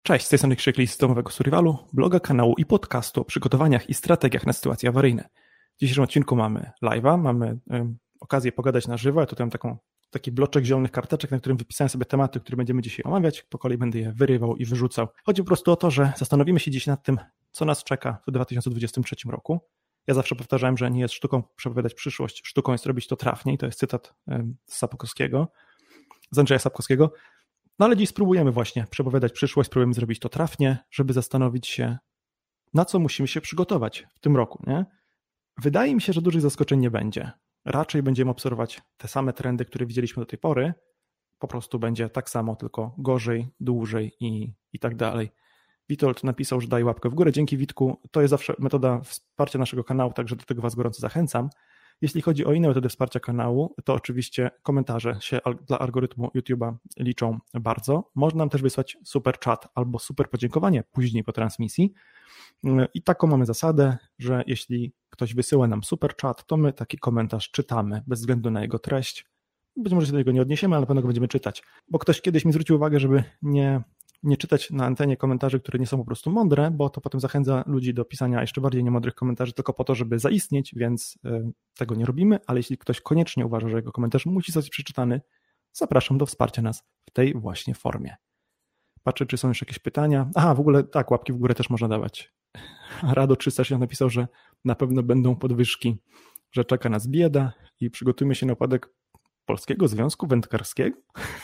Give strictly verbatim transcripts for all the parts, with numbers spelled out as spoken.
Cześć, z tej strony Krzyk z domowego Survivalu, bloga, kanału i podcastu o przygotowaniach i strategiach na sytuacje awaryjne. W dzisiejszym odcinku mamy live'a, mamy um, okazję pogadać na żywo. Ja tutaj mam taką, taki bloczek zielonych karteczek, na którym wypisałem sobie tematy, które będziemy dzisiaj omawiać. Po kolei będę je wyrywał i wyrzucał. Chodzi po prostu o to, że zastanowimy się dziś nad tym, co nas czeka w dwa tysiące dwudziestym trzecim roku. Ja zawsze powtarzałem, że nie jest sztuką przepowiadać przyszłość, sztuką jest robić to trafnie i to jest cytat um, z Sapkowskiego, z Andrzeja Sapkowskiego. No ale dziś spróbujemy właśnie przepowiadać przyszłość, spróbujemy zrobić to trafnie, żeby zastanowić się, na co musimy się przygotować w tym roku, nie? Wydaje mi się, że dużych zaskoczeń nie będzie. Raczej będziemy obserwować te same trendy, które widzieliśmy do tej pory. Po prostu będzie tak samo, tylko gorzej, dłużej i, i tak dalej. Witold napisał, że daj łapkę w górę. Dzięki, Witku. To jest zawsze metoda wsparcia naszego kanału, także do tego Was gorąco zachęcam. Jeśli chodzi o inne metody wsparcia kanału, to oczywiście komentarze się dla algorytmu YouTube'a liczą bardzo. Można nam też wysłać super chat albo super podziękowanie później po transmisji. I taką mamy zasadę, że jeśli ktoś wysyła nam super chat, to my taki komentarz czytamy bez względu na jego treść. Być może się do niego nie odniesiemy, ale na pewno go będziemy czytać. Bo ktoś kiedyś mi zwrócił uwagę, żeby nie... nie czytać na antenie komentarzy, które nie są po prostu mądre, bo to potem zachęca ludzi do pisania jeszcze bardziej niemądrych komentarzy tylko po to, żeby zaistnieć, więc tego nie robimy, ale jeśli ktoś koniecznie uważa, że jego komentarz musi zostać przeczytany, zapraszam do wsparcia nas w tej właśnie formie. Patrzę, czy są jeszcze jakieś pytania. Aha, w ogóle tak, łapki w górę też można dawać. Rado trzysta sześćdziesiąt napisał, że na pewno będą podwyżki, że czeka nas bieda i przygotujmy się na upadek Polskiego Związku Wędkarskiego.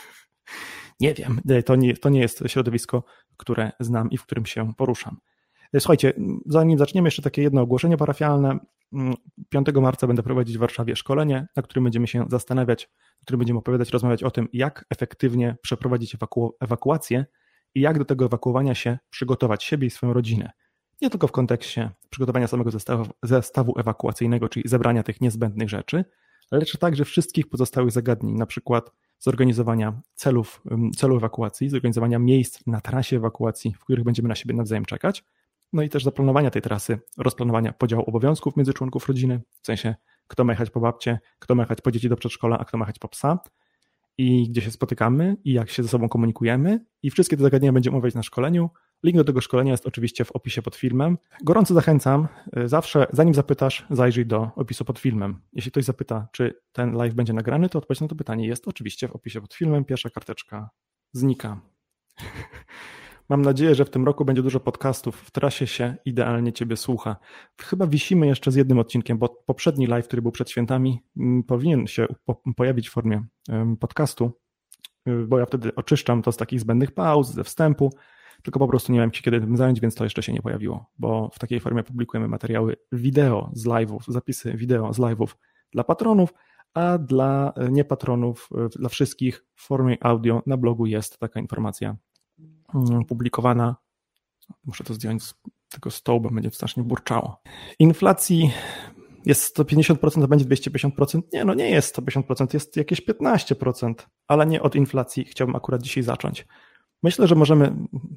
Nie wiem, to nie, to nie jest środowisko, które znam i w którym się poruszam. Słuchajcie, zanim zaczniemy, jeszcze takie jedno ogłoszenie parafialne. piątego marca będę prowadzić w Warszawie szkolenie, na którym będziemy się zastanawiać, w którym będziemy opowiadać, rozmawiać o tym, jak efektywnie przeprowadzić ewaku- ewakuację i jak do tego ewakuowania się przygotować siebie i swoją rodzinę. Nie tylko w kontekście przygotowania samego zestawu, zestawu ewakuacyjnego, czyli zebrania tych niezbędnych rzeczy, lecz także wszystkich pozostałych zagadnień, na przykład zorganizowania celów, celu ewakuacji, zorganizowania miejsc na trasie ewakuacji, w których będziemy na siebie nawzajem czekać, no i też zaplanowania tej trasy, rozplanowania podziału obowiązków między członków rodziny, w sensie kto ma jechać po babcie, kto ma jechać po dzieci do przedszkola, a kto ma jechać po psa i gdzie się spotykamy i jak się ze sobą komunikujemy i wszystkie te zagadnienia będziemy omawiać na szkoleniu. Link do tego szkolenia jest oczywiście w opisie pod filmem. Gorąco zachęcam, zawsze zanim zapytasz, zajrzyj do opisu pod filmem. Jeśli ktoś zapyta, czy ten live będzie nagrany, to odpowiedź na to pytanie jest oczywiście w opisie pod filmem. Pierwsza karteczka znika. Mam nadzieję, że w tym roku będzie dużo podcastów. W trasie się idealnie Ciebie słucha. Chyba wisimy jeszcze z jednym odcinkiem, bo poprzedni live, który był przed świętami, powinien się pojawić w formie podcastu, bo ja wtedy oczyszczam to z takich zbędnych pauz, ze wstępu, tylko po prostu nie miałem się kiedy tym zająć, więc to jeszcze się nie pojawiło, bo w takiej formie publikujemy materiały wideo z live'ów, zapisy wideo z live'ów dla patronów, a dla niepatronów, dla wszystkich w formie audio na blogu jest taka informacja publikowana. Muszę to zdjąć z tego stołu, bo będzie strasznie burczało. Inflacji jest sto pięćdziesiąt procent, a będzie dwieście pięćdziesiąt procent. Nie, no nie jest sto pięćdziesiąt procent, jest jakieś piętnaście procent, ale nie od inflacji chciałbym akurat dzisiaj zacząć. Myślę, że możemy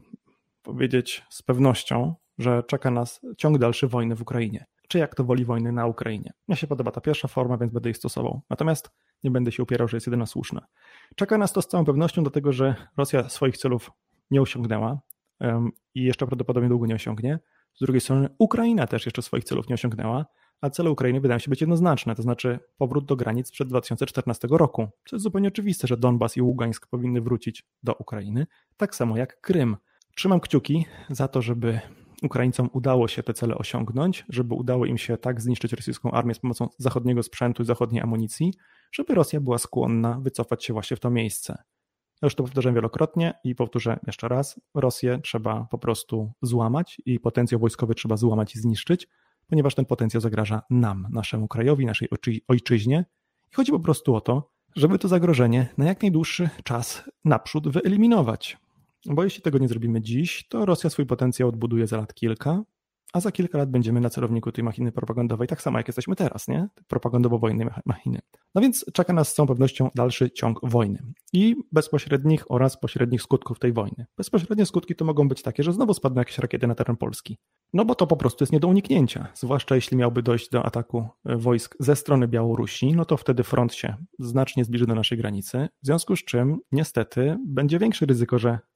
powiedzieć z pewnością, że czeka nas ciąg dalszy wojny w Ukrainie. Czy jak to woli wojny na Ukrainie. Mnie się podoba ta pierwsza forma, więc będę jej stosował. Natomiast nie będę się upierał, że jest jedyna słuszna. Czeka nas to z całą pewnością, dlatego że Rosja swoich celów nie osiągnęła um, i jeszcze prawdopodobnie długo nie osiągnie. Z drugiej strony Ukraina też jeszcze swoich celów nie osiągnęła, a cele Ukrainy wydają się być jednoznaczne, to znaczy powrót do granic przed dwa tysiące czternastego roku. Co jest zupełnie oczywiste, że Donbas i Ługańsk powinny wrócić do Ukrainy, tak samo jak Krym. Trzymam kciuki za to, żeby Ukraińcom udało się te cele osiągnąć, żeby udało im się tak zniszczyć rosyjską armię z pomocą zachodniego sprzętu i zachodniej amunicji, żeby Rosja była skłonna wycofać się właśnie w to miejsce. Ja już to powtarzam wielokrotnie i powtórzę jeszcze raz. Rosję trzeba po prostu złamać i potencjał wojskowy trzeba złamać i zniszczyć, ponieważ ten potencjał zagraża nam, naszemu krajowi, naszej ojczyźnie i chodzi po prostu o to, żeby to zagrożenie na jak najdłuższy czas naprzód wyeliminować. Bo jeśli tego nie zrobimy dziś, to Rosja swój potencjał odbuduje za lat kilka, a za kilka lat będziemy na celowniku tej machiny propagandowej, tak samo jak jesteśmy teraz, nie? Propagandowo-wojennej machiny. No więc czeka nas z całą pewnością dalszy ciąg wojny i bezpośrednich oraz pośrednich skutków tej wojny. Bezpośrednie skutki to mogą być takie, że znowu spadną jakieś rakiety na teren Polski. No bo to po prostu jest nie do uniknięcia, zwłaszcza jeśli miałby dojść do ataku wojsk ze strony Białorusi, no to wtedy front się znacznie zbliży do naszej granicy, w związku z czym niestety będzie większe ryzyko, że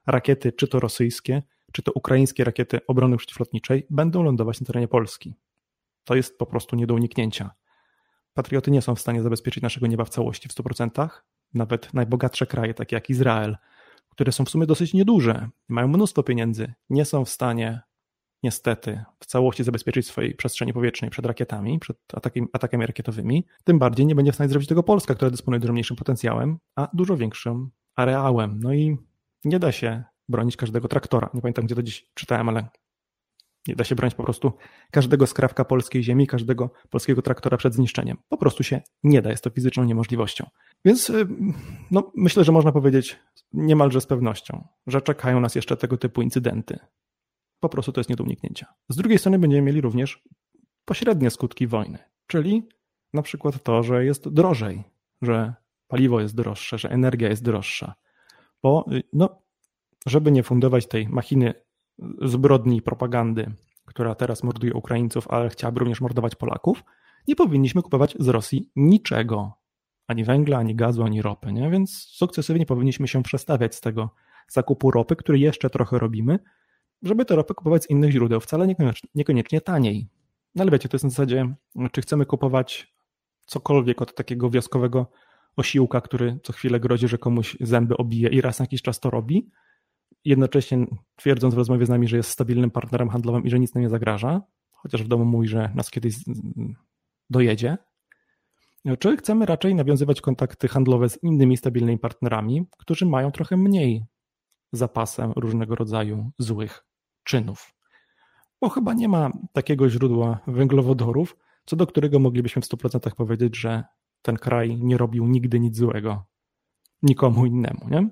rakiety, czy to rosyjskie, czy to ukraińskie rakiety obrony przeciwlotniczej będą lądować na terenie Polski. To jest po prostu nie do uniknięcia. Patrioty nie są w stanie zabezpieczyć naszego nieba w całości w stu procentach. Nawet najbogatsze kraje, takie jak Izrael, które są w sumie dosyć nieduże, mają mnóstwo pieniędzy, nie są w stanie niestety w całości zabezpieczyć swojej przestrzeni powietrznej przed rakietami, przed atakiem, atakami rakietowymi. Tym bardziej nie będzie w stanie zrobić tego Polska, która dysponuje dużo mniejszym potencjałem, a dużo większym areałem. No i nie da się bronić każdego traktora. Nie pamiętam, gdzie to dziś czytałem, ale nie da się bronić po prostu każdego skrawka polskiej ziemi, każdego polskiego traktora przed zniszczeniem. Po prostu się nie da, jest to fizyczną niemożliwością. Więc no, myślę, że można powiedzieć niemalże z pewnością, że czekają nas jeszcze tego typu incydenty. Po prostu to jest nie do uniknięcia. Z drugiej strony będziemy mieli również pośrednie skutki wojny, czyli na przykład to, że jest drożej, że paliwo jest droższe, że energia jest droższa. Bo no, żeby nie fundować tej machiny zbrodni i propagandy, która teraz morduje Ukraińców, ale chciałaby również mordować Polaków, nie powinniśmy kupować z Rosji niczego. Ani węgla, ani gazu, ani ropy. Nie? Więc sukcesywnie powinniśmy się przestawiać z tego zakupu ropy, który jeszcze trochę robimy, żeby tę ropę kupować z innych źródeł, wcale niekoniecznie, niekoniecznie taniej. No ale wiecie, to jest na zasadzie, czy chcemy kupować cokolwiek od takiego wioskowego osiłka, który co chwilę grozi, że komuś zęby obije i raz na jakiś czas to robi, jednocześnie twierdząc w rozmowie z nami, że jest stabilnym partnerem handlowym i że nic nam nie zagraża, chociaż w domu mówi, że nas kiedyś dojedzie. Czy chcemy raczej nawiązywać kontakty handlowe z innymi stabilnymi partnerami, którzy mają trochę mniej zapasem różnego rodzaju złych czynów? Bo chyba nie ma takiego źródła węglowodorów, co do którego moglibyśmy w stu procentach powiedzieć, że ten kraj nie robił nigdy nic złego nikomu innemu, nie?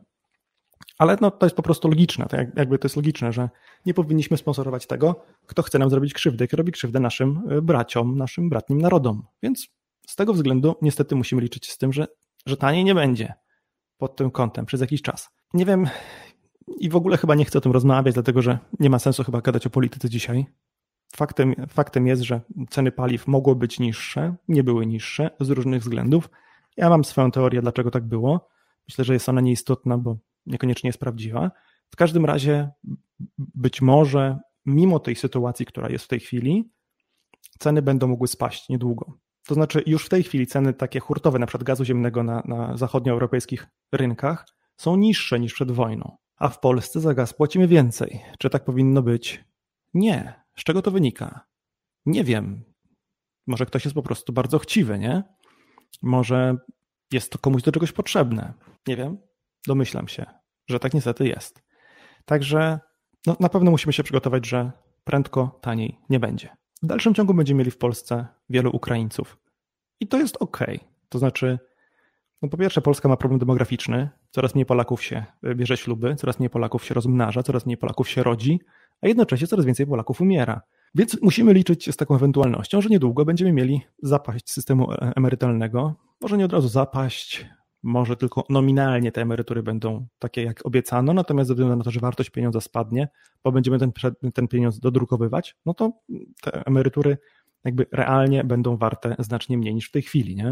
Ale no, to jest po prostu logiczne, to jakby to jest logiczne, że nie powinniśmy sponsorować tego, kto chce nam zrobić krzywdę, kto robi krzywdę naszym braciom, naszym bratnim narodom. Więc z tego względu niestety musimy liczyć z tym, że, że taniej nie będzie pod tym kątem przez jakiś czas. Nie wiem i w ogóle chyba nie chcę o tym rozmawiać, dlatego że nie ma sensu chyba gadać o polityce dzisiaj. Faktem, faktem jest, że ceny paliw mogły być niższe, nie były niższe z różnych względów. Ja mam swoją teorię, dlaczego tak było. Myślę, że jest ona nieistotna, bo niekoniecznie jest prawdziwa. W każdym razie być może mimo tej sytuacji, która jest w tej chwili, ceny będą mogły spaść niedługo. To znaczy już w tej chwili ceny takie hurtowe, na przykład gazu ziemnego na, na zachodnioeuropejskich rynkach są niższe niż przed wojną, a w Polsce za gaz płacimy więcej. Czy tak powinno być? Nie. Z czego to wynika? Nie wiem. Może ktoś jest po prostu bardzo chciwy, nie? Może jest to komuś do czegoś potrzebne. Nie wiem. Domyślam się, że tak niestety jest. Także no, na pewno musimy się przygotować, że prędko taniej nie będzie. W dalszym ciągu będziemy mieli w Polsce wielu Ukraińców. I to jest okej. To znaczy, no po pierwsze Polska ma problem demograficzny, coraz mniej Polaków się bierze śluby, coraz mniej Polaków się rozmnaża, coraz mniej Polaków się rodzi, a jednocześnie coraz więcej Polaków umiera. Więc musimy liczyć się z taką ewentualnością, że niedługo będziemy mieli zapaść systemu emerytalnego. Może nie od razu zapaść, może tylko nominalnie te emerytury będą takie, jak obiecano, natomiast ze względu na to, że wartość pieniądza spadnie, bo będziemy ten, ten pieniądz dodrukowywać, no to te emerytury jakby realnie będą warte znacznie mniej niż w tej chwili, nie?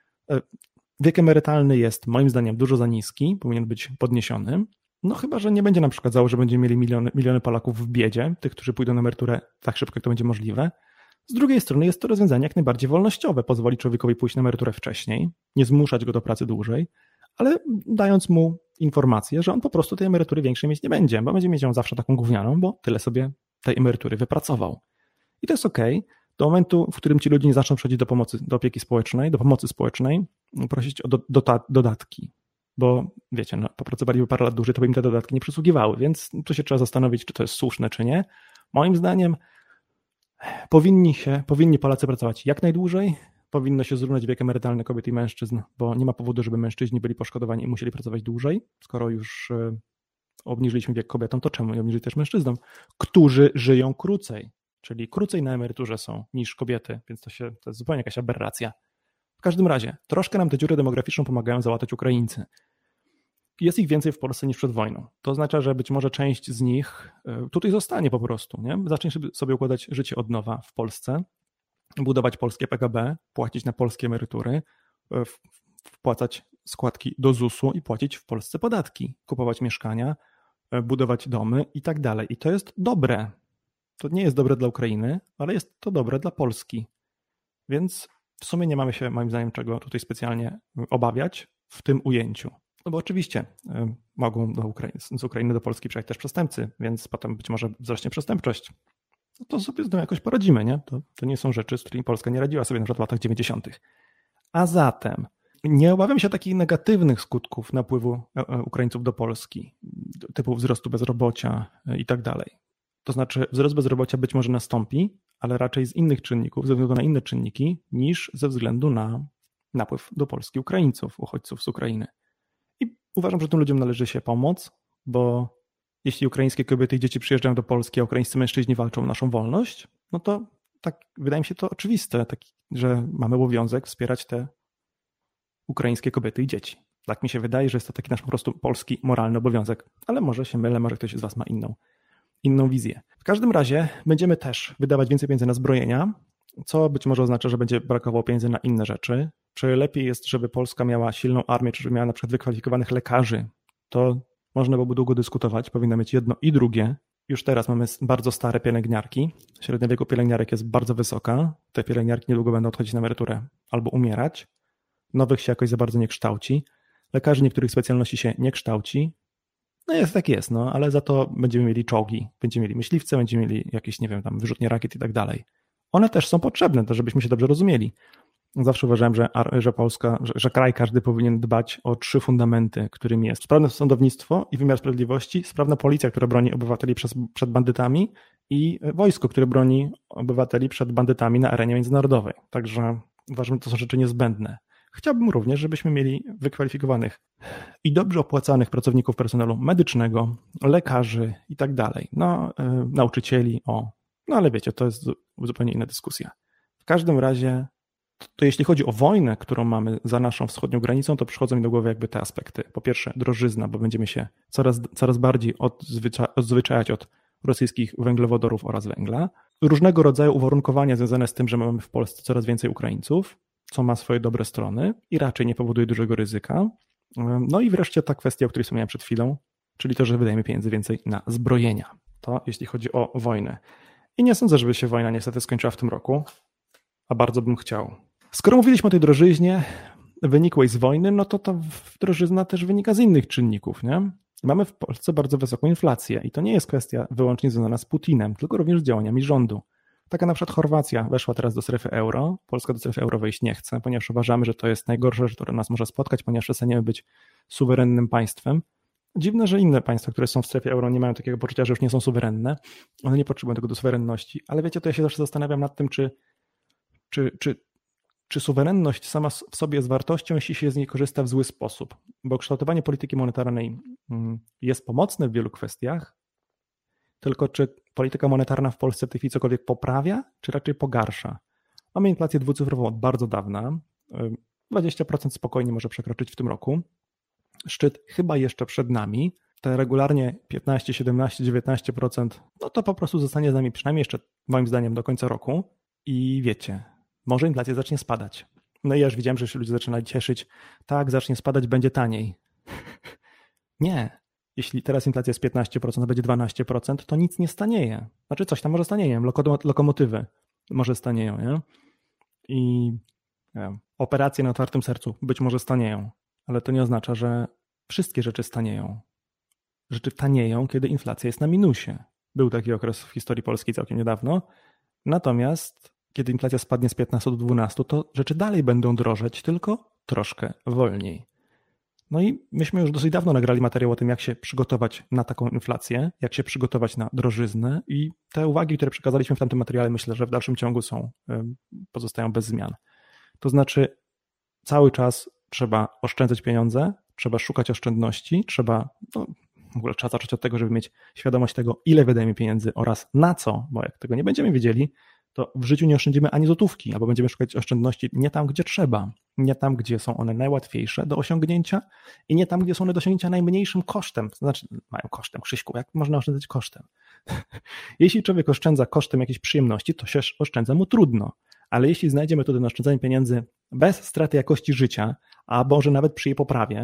Wiek emerytalny jest moim zdaniem dużo za niski, powinien być podniesiony, no chyba, że nie będzie nam przeszkadzało, że będziemy mieli miliony, miliony Polaków w biedzie, tych, którzy pójdą na emeryturę tak szybko, jak to będzie możliwe. Z drugiej strony jest to rozwiązanie jak najbardziej wolnościowe, pozwoli człowiekowi pójść na emeryturę wcześniej, nie zmuszać go do pracy dłużej, ale dając mu informację, że on po prostu tej emerytury większej mieć nie będzie, bo będzie mieć ją zawsze taką gównianą, bo tyle sobie tej emerytury wypracował. I to jest okej. Do momentu, w którym ci ludzie nie zaczną przechodzić do pomocy, do opieki społecznej, do pomocy społecznej, prosić o do, do, dodatki, bo wiecie, no, popracowaliby parę lat dłużej, to by im te dodatki nie przysługiwały, więc tu się trzeba zastanowić, czy to jest słuszne, czy nie. Moim zdaniem powinni się, powinni Polacy pracować jak najdłużej, powinno się zrównać wiek emerytalny kobiet i mężczyzn, bo nie ma powodu, żeby mężczyźni byli poszkodowani i musieli pracować dłużej, skoro już obniżyliśmy wiek kobietom, to czemu nie obniżyć też mężczyznom, którzy żyją krócej, czyli krócej na emeryturze są niż kobiety, więc to, się, to jest zupełnie jakaś aberracja. W każdym razie, troszkę nam tę dziurę demograficzną pomagają załatać Ukraińcy. Jest ich więcej w Polsce niż przed wojną. To oznacza, że być może część z nich tutaj zostanie po prostu, nie? Zacznie sobie układać życie od nowa w Polsce, budować polskie P K B, płacić na polskie emerytury, wpłacać składki do zusu i płacić w Polsce podatki, kupować mieszkania, budować domy i tak dalej. I to jest dobre. To nie jest dobre dla Ukrainy, ale jest to dobre dla Polski. Więc w sumie nie mamy się, moim zdaniem, czego tutaj specjalnie obawiać w tym ujęciu. No bo oczywiście y, mogą do Ukrainy, z Ukrainy do Polski przyjechać też przestępcy, więc potem być może wzrośnie przestępczość. No to sobie z tym jakoś poradzimy, nie? To, to nie są rzeczy, z którymi Polska nie radziła sobie na przykład w latach dziewięćdziesiątych. A zatem nie obawiam się takich negatywnych skutków napływu Ukraińców do Polski, typu wzrostu bezrobocia i tak dalej. To znaczy wzrost bezrobocia być może nastąpi, ale raczej z innych czynników, ze względu na inne czynniki, niż ze względu na napływ do Polski Ukraińców, uchodźców z Ukrainy. I uważam, że tym ludziom należy się pomóc, bo jeśli ukraińskie kobiety i dzieci przyjeżdżają do Polski, a ukraińscy mężczyźni walczą o naszą wolność, no to tak wydaje mi się to oczywiste, tak, że mamy obowiązek wspierać te ukraińskie kobiety i dzieci. Tak mi się wydaje, że jest to taki nasz po prostu polski moralny obowiązek, ale może się mylę, może ktoś z was ma inną, inną wizję. W każdym razie będziemy też wydawać więcej pieniędzy na zbrojenia, co być może oznacza, że będzie brakowało pieniędzy na inne rzeczy. Czy lepiej jest, żeby Polska miała silną armię, czy żeby miała na przykład wykwalifikowanych lekarzy? To można byłoby długo dyskutować, powinno mieć jedno i drugie. Już teraz mamy bardzo stare pielęgniarki. Średnia wieku pielęgniarek jest bardzo wysoka. Te pielęgniarki niedługo będą odchodzić na emeryturę albo umierać. Nowych się jakoś za bardzo nie kształci. Lekarzy niektórych specjalności się nie kształci. No jest tak jest, no, ale za to będziemy mieli czołgi, będziemy mieli myśliwce, będziemy mieli jakieś, nie wiem, tam wyrzutnie rakiet i tak dalej. One też są potrzebne, to żebyśmy się dobrze rozumieli. Zawsze uważałem, że, że Polska, że, że kraj każdy powinien dbać o trzy fundamenty, którymi jest sprawne sądownictwo i wymiar sprawiedliwości, sprawna policja, która broni obywateli przed, przed bandytami i wojsko, które broni obywateli przed bandytami na arenie międzynarodowej. Także uważam, że to są rzeczy niezbędne. Chciałbym również, żebyśmy mieli wykwalifikowanych i dobrze opłacanych pracowników personelu medycznego, lekarzy i tak dalej, no, yy, nauczycieli, o, no ale wiecie, to jest zupełnie inna dyskusja. W każdym razie, to, to jeśli chodzi o wojnę, którą mamy za naszą wschodnią granicą, to przychodzą mi do głowy jakby te aspekty. Po pierwsze drożyzna, bo będziemy się coraz, coraz bardziej odzwycza, odzwyczajać od rosyjskich węglowodorów oraz węgla. Różnego rodzaju uwarunkowania związane z tym, że mamy w Polsce coraz więcej Ukraińców, co ma swoje dobre strony i raczej nie powoduje dużego ryzyka. No i wreszcie ta kwestia, o której wspomniałem przed chwilą, czyli to, że wydajemy pieniędzy więcej na zbrojenia. To jeśli chodzi o wojnę. I nie sądzę, żeby się wojna niestety skończyła w tym roku, a bardzo bym chciał. Skoro mówiliśmy o tej drożyźnie wynikłej z wojny, no to ta drożyzna też wynika z innych czynników, nie? Mamy w Polsce bardzo wysoką inflację i to nie jest kwestia wyłącznie związana z Putinem, tylko również z działaniami rządu. Taka na przykład Chorwacja weszła teraz do strefy euro, Polska do strefy euro wejść nie chce, ponieważ uważamy, że to jest najgorsze, które nas może spotkać, ponieważ przestaniemy być suwerennym państwem. Dziwne, że inne państwa, które są w strefie euro, nie mają takiego poczucia, że już nie są suwerenne. One nie potrzebują tego do suwerenności, ale wiecie, to ja się zawsze zastanawiam nad tym, czy, czy, czy, czy suwerenność sama w sobie jest wartością, jeśli się z niej korzysta w zły sposób. Bo kształtowanie polityki monetarnej jest pomocne w wielu kwestiach, tylko czy polityka monetarna w Polsce w tej chwili cokolwiek poprawia, czy raczej pogarsza? Mamy inflację dwucyfrową od bardzo dawna, dwadzieścia procent spokojnie może przekroczyć w tym roku. Szczyt chyba jeszcze przed nami. Te regularnie piętnaście, siedemnaście, dziewiętnaście procent, no to po prostu zostanie z nami przynajmniej jeszcze moim zdaniem do końca roku i wiecie, może inflacja zacznie spadać. No i ja już widziałem, że się ludzie zaczynają cieszyć, tak, zacznie spadać, będzie taniej. Nie. Jeśli teraz inflacja jest piętnaście procent, a będzie dwanaście procent, to nic nie stanieje. Znaczy coś tam może stanieje, lokomotywy może stanieją, nie? I nie wiem, operacje na otwartym sercu być może stanieją, ale to nie oznacza, że wszystkie rzeczy stanieją. Rzeczy tanieją, kiedy inflacja jest na minusie. Był taki okres w historii polskiej całkiem niedawno. Natomiast kiedy inflacja spadnie z piętnastu do dwunastu, to rzeczy dalej będą drożeć, tylko troszkę wolniej. No i myśmy już dosyć dawno nagrali materiał o tym, jak się przygotować na taką inflację, jak się przygotować na drożyznę i te uwagi, które przekazaliśmy w tamtym materiale, myślę, że w dalszym ciągu są, pozostają bez zmian. To znaczy cały czas trzeba oszczędzać pieniądze, trzeba szukać oszczędności, trzeba, no, w ogóle trzeba zacząć od tego, żeby mieć świadomość tego, ile wydajemy pieniędzy oraz na co, bo jak tego nie będziemy wiedzieli, to w życiu nie oszczędzimy ani złotówki, albo będziemy szukać oszczędności nie tam, gdzie trzeba, nie tam, gdzie są one najłatwiejsze do osiągnięcia i nie tam, gdzie są one do osiągnięcia najmniejszym kosztem. To znaczy, mają kosztem, Krzyśku, jak można oszczędzać kosztem? Jeśli człowiek oszczędza kosztem jakiejś przyjemności, to się oszczędza mu trudno, ale jeśli znajdzie metodę na oszczędzanie pieniędzy bez straty jakości życia, a może nawet przy jej poprawie,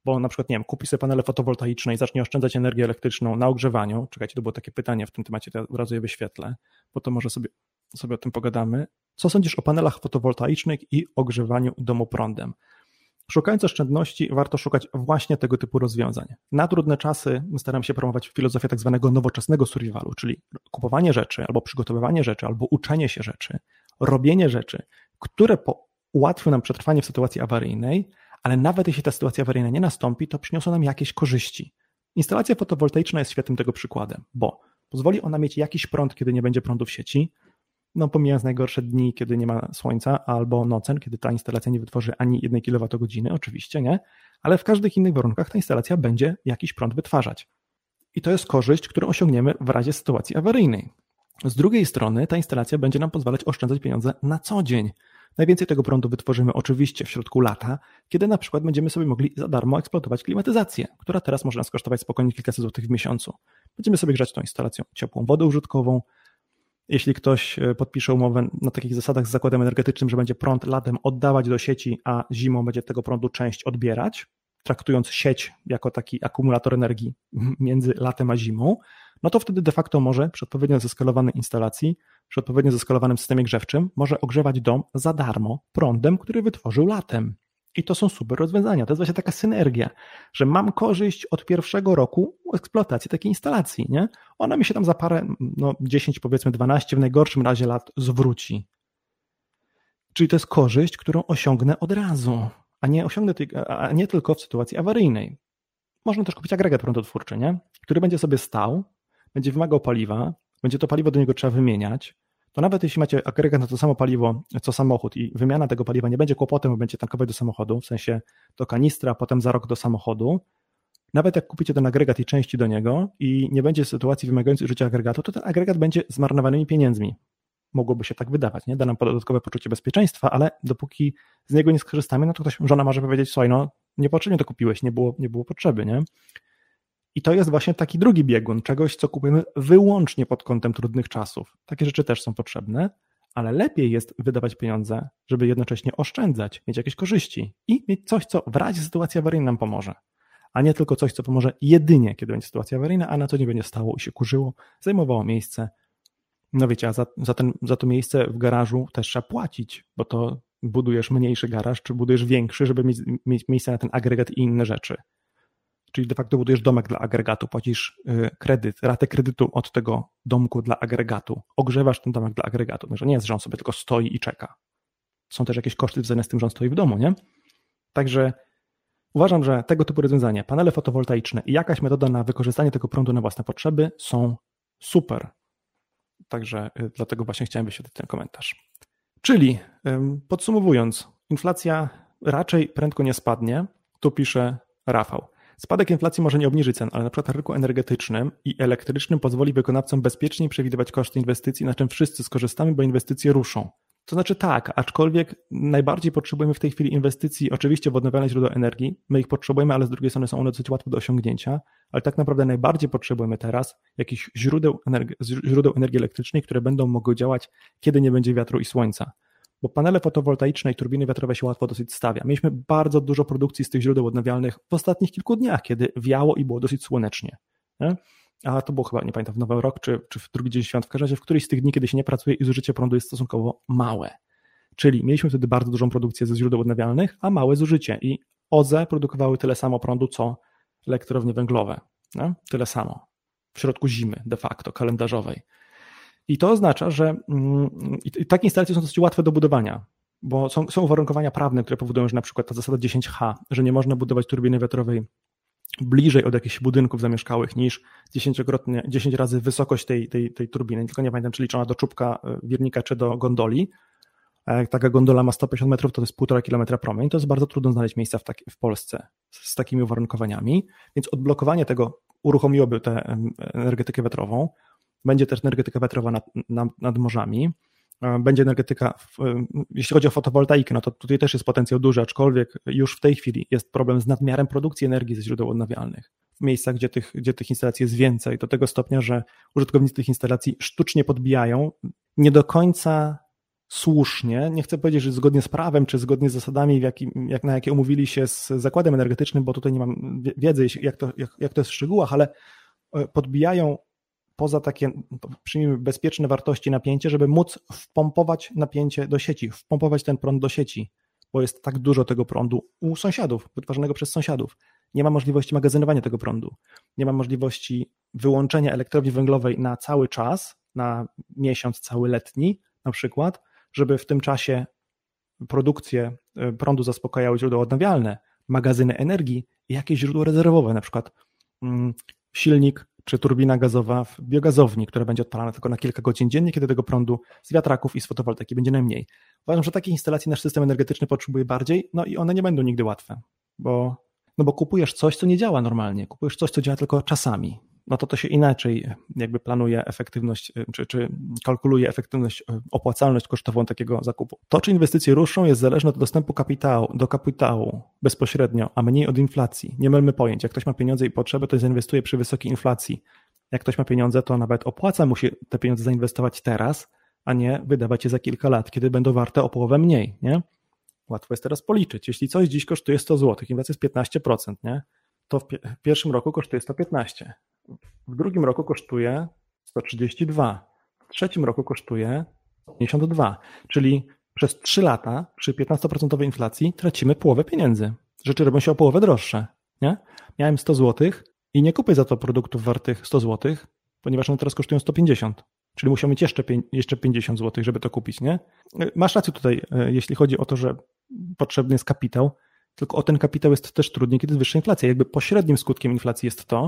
bo na przykład, nie wiem, kupi sobie panele fotowoltaiczne i zacznie oszczędzać energię elektryczną na ogrzewaniu. Czekajcie, to było takie pytanie w tym temacie, to ja od razu je wyświetlę, bo to może sobie, sobie o tym pogadamy. Co sądzisz o panelach fotowoltaicznych i ogrzewaniu domu prądem? Szukając oszczędności, warto szukać właśnie tego typu rozwiązań. Na trudne czasy staram się promować filozofię tak zwanego nowoczesnego survivalu, czyli kupowanie rzeczy, albo przygotowywanie rzeczy, albo uczenie się rzeczy, robienie rzeczy, które po, ułatwią nam przetrwanie w sytuacji awaryjnej, ale nawet jeśli ta sytuacja awaryjna nie nastąpi, to przyniosą nam jakieś korzyści. Instalacja fotowoltaiczna jest świetnym tego przykładem, bo pozwoli ona mieć jakiś prąd, kiedy nie będzie prądu w sieci, no pomijając najgorsze dni, kiedy nie ma słońca, albo nocen, kiedy ta instalacja nie wytworzy ani jednej kilowatogodziny, oczywiście nie, ale w każdych innych warunkach ta instalacja będzie jakiś prąd wytwarzać. I to jest korzyść, którą osiągniemy w razie sytuacji awaryjnej. Z drugiej strony ta instalacja będzie nam pozwalać oszczędzać pieniądze na co dzień. Najwięcej tego prądu wytworzymy oczywiście w środku lata, kiedy na przykład będziemy sobie mogli za darmo eksploatować klimatyzację, która teraz może nas kosztować spokojnie kilkaset złotych w miesiącu. Będziemy sobie grzać tą instalacją ciepłą wodę użytkową. Jeśli ktoś podpisze umowę na takich zasadach z zakładem energetycznym, że będzie prąd latem oddawać do sieci, a zimą będzie tego prądu część odbierać, traktując sieć jako taki akumulator energii między latem a zimą, no to wtedy de facto może przy odpowiednio zeskalowanej instalacji, przy odpowiednio zeskalowanym systemie grzewczym może ogrzewać dom za darmo prądem, który wytworzył latem. I to są super rozwiązania. To jest właśnie taka synergia, że mam korzyść od pierwszego roku eksploatacji takiej instalacji, nie? Ona mi się tam za parę, no dziesięć, powiedzmy dwanaście w najgorszym razie lat zwróci. Czyli to jest korzyść, którą osiągnę od razu, a nie osiągnę, a nie tylko w sytuacji awaryjnej. Można też kupić agregat prądotwórczy, nie? Który będzie sobie stał, będzie wymagał paliwa, będzie to paliwo do niego trzeba wymieniać. To nawet jeśli macie agregat na to samo paliwo, co samochód i wymiana tego paliwa nie będzie kłopotem, bo będziecie tankować do samochodu, w sensie do kanistra, a potem za rok do samochodu, nawet jak kupicie ten agregat i części do niego i nie będzie sytuacji wymagającej użycia agregatu, to ten agregat będzie zmarnowanymi pieniędzmi. Mogłoby się tak wydawać, nie? Da nam dodatkowe poczucie bezpieczeństwa, ale dopóki z niego nie skorzystamy, no to ktoś, żona może powiedzieć, słuchaj, no niepotrzebnie to kupiłeś, nie było, nie było potrzeby, nie? I to jest właśnie taki drugi biegun, czegoś, co kupujemy wyłącznie pod kątem trudnych czasów. Takie rzeczy też są potrzebne, ale lepiej jest wydawać pieniądze, żeby jednocześnie oszczędzać, mieć jakieś korzyści i mieć coś, co w razie sytuacji awaryjnej nam pomoże, a nie tylko coś, co pomoże jedynie, kiedy będzie sytuacja awaryjna, a na co nie będzie stało i się kurzyło, zajmowało miejsce. No wiecie, a za, za, ten, za to miejsce w garażu też trzeba płacić, bo to budujesz mniejszy garaż, czy budujesz większy, żeby mieć, mieć miejsce na ten agregat i inne rzeczy. Czyli de facto budujesz domek dla agregatu, płacisz kredyt, ratę kredytu od tego domku dla agregatu, ogrzewasz ten domek dla agregatu. Także nie jest, że on sobie tylko stoi i czeka. Są też jakieś koszty związane z tym, że on stoi w domu, nie? Także uważam, że tego typu rozwiązania, panele fotowoltaiczne i jakaś metoda na wykorzystanie tego prądu na własne potrzeby są super. Także dlatego właśnie chciałem wyświetlić ten komentarz. Czyli podsumowując, inflacja raczej prędko nie spadnie, tu pisze Rafał. Spadek inflacji może nie obniży cen, ale na przykład na rynku energetycznym i elektrycznym pozwoli wykonawcom bezpieczniej przewidywać koszty inwestycji, na czym wszyscy skorzystamy, bo inwestycje ruszą. To znaczy tak, aczkolwiek najbardziej potrzebujemy w tej chwili inwestycji oczywiście w odnawialne źródła energii, my ich potrzebujemy, ale z drugiej strony są one dosyć łatwe do osiągnięcia, ale tak naprawdę najbardziej potrzebujemy teraz jakichś źródeł energii, źródeł energii elektrycznej, które będą mogły działać, kiedy nie będzie wiatru i słońca. Bo panele fotowoltaiczne i turbiny wiatrowe się łatwo dosyć stawia. Mieliśmy bardzo dużo produkcji z tych źródeł odnawialnych w ostatnich kilku dniach, kiedy wiało i było dosyć słonecznie. Nie? A to było chyba, nie pamiętam, w Nowy Rok czy, czy w drugi dzień świąt, w każdym razie w którymś z tych dni, kiedy się nie pracuje i zużycie prądu jest stosunkowo małe. Czyli mieliśmy wtedy bardzo dużą produkcję ze źródeł odnawialnych, a małe zużycie. I O Z E produkowały tyle samo prądu, co elektrownie węglowe. Nie? Tyle samo. W środku zimy de facto, kalendarzowej. I to oznacza, że i takie instalacje są dosyć łatwe do budowania, bo są, są uwarunkowania prawne, które powodują, że na przykład ta zasada dziesięć H, że nie można budować turbiny wiatrowej bliżej od jakichś budynków zamieszkałych niż dziesięciokrotnie, dziesięć razy wysokość tej, tej, tej turbiny, tylko nie pamiętam, czy liczona do czubka wirnika, czy do gondoli. A jak taka gondola ma sto pięćdziesiąt metrów, to to jest półtora kilometra promień, to jest bardzo trudno znaleźć miejsca w, tak, w Polsce z takimi uwarunkowaniami, więc odblokowanie tego uruchomiłoby tę energetykę wiatrową. Będzie też energetyka wiatrowa nad, nad, nad morzami, będzie energetyka, w, jeśli chodzi o fotowoltaikę, no to tutaj też jest potencjał duży, aczkolwiek już w tej chwili jest problem z nadmiarem produkcji energii ze źródeł odnawialnych w miejscach, gdzie tych, gdzie tych instalacji jest więcej, do tego stopnia, że użytkownicy tych instalacji sztucznie podbijają, nie do końca słusznie, nie chcę powiedzieć, że zgodnie z prawem, czy zgodnie z zasadami, w jakim, jak, na jakie umówili się z zakładem energetycznym, bo tutaj nie mam wiedzy, jak to, jak, jak to jest w szczegółach, ale podbijają poza takie, przyjmijmy, bezpieczne wartości napięcie, żeby móc wpompować napięcie do sieci, wpompować ten prąd do sieci, bo jest tak dużo tego prądu u sąsiadów, wytwarzanego przez sąsiadów. Nie ma możliwości magazynowania tego prądu, nie ma możliwości wyłączenia elektrowni węglowej na cały czas, na miesiąc cały letni na przykład, żeby w tym czasie produkcję prądu zaspokajały źródła odnawialne, magazyny energii i jakieś źródło rezerwowe, na przykład silnik czy turbina gazowa w biogazowni, która będzie odpalana tylko na kilka godzin dziennie, kiedy tego prądu z wiatraków i z fotowoltaiki będzie najmniej. Uważam, że takich instalacji nasz system energetyczny potrzebuje bardziej, no i one nie będą nigdy łatwe, bo, no bo kupujesz coś, co nie działa normalnie, kupujesz coś, co działa tylko czasami. No to to się inaczej jakby planuje efektywność, czy, czy kalkuluje efektywność, opłacalność kosztową takiego zakupu. To, czy inwestycje ruszą, jest zależne od dostępu kapitału, do kapitału bezpośrednio, a mniej od inflacji. Nie mylmy pojęć. Jak ktoś ma pieniądze i potrzeby, to zainwestuje przy wysokiej inflacji. Jak ktoś ma pieniądze, to nawet opłaca mu się te pieniądze zainwestować teraz, a nie wydawać je za kilka lat, kiedy będą warte o połowę mniej, nie? Łatwo jest teraz policzyć. Jeśli coś dziś kosztuje sto złotych, inflacja jest piętnaście procent, nie? To w pierwszym roku kosztuje sto piętnaście. W drugim roku kosztuje sto trzydzieści dwa, w trzecim roku kosztuje pięćdziesiąt dwa, czyli przez trzy lata przy piętnaście procent inflacji tracimy połowę pieniędzy. Rzeczy robią się o połowę droższe. Nie? Miałem sto złotych i nie kupię za to produktów wartych sto złotych, ponieważ one teraz kosztują sto pięćdziesiąt, czyli musiał mieć jeszcze, jeszcze pięćdziesiąt złotych, żeby to kupić. Nie? Masz rację tutaj, jeśli chodzi o to, że potrzebny jest kapitał, tylko o ten kapitał jest też trudniej, kiedy jest wyższa inflacja. Jakby pośrednim skutkiem inflacji jest to,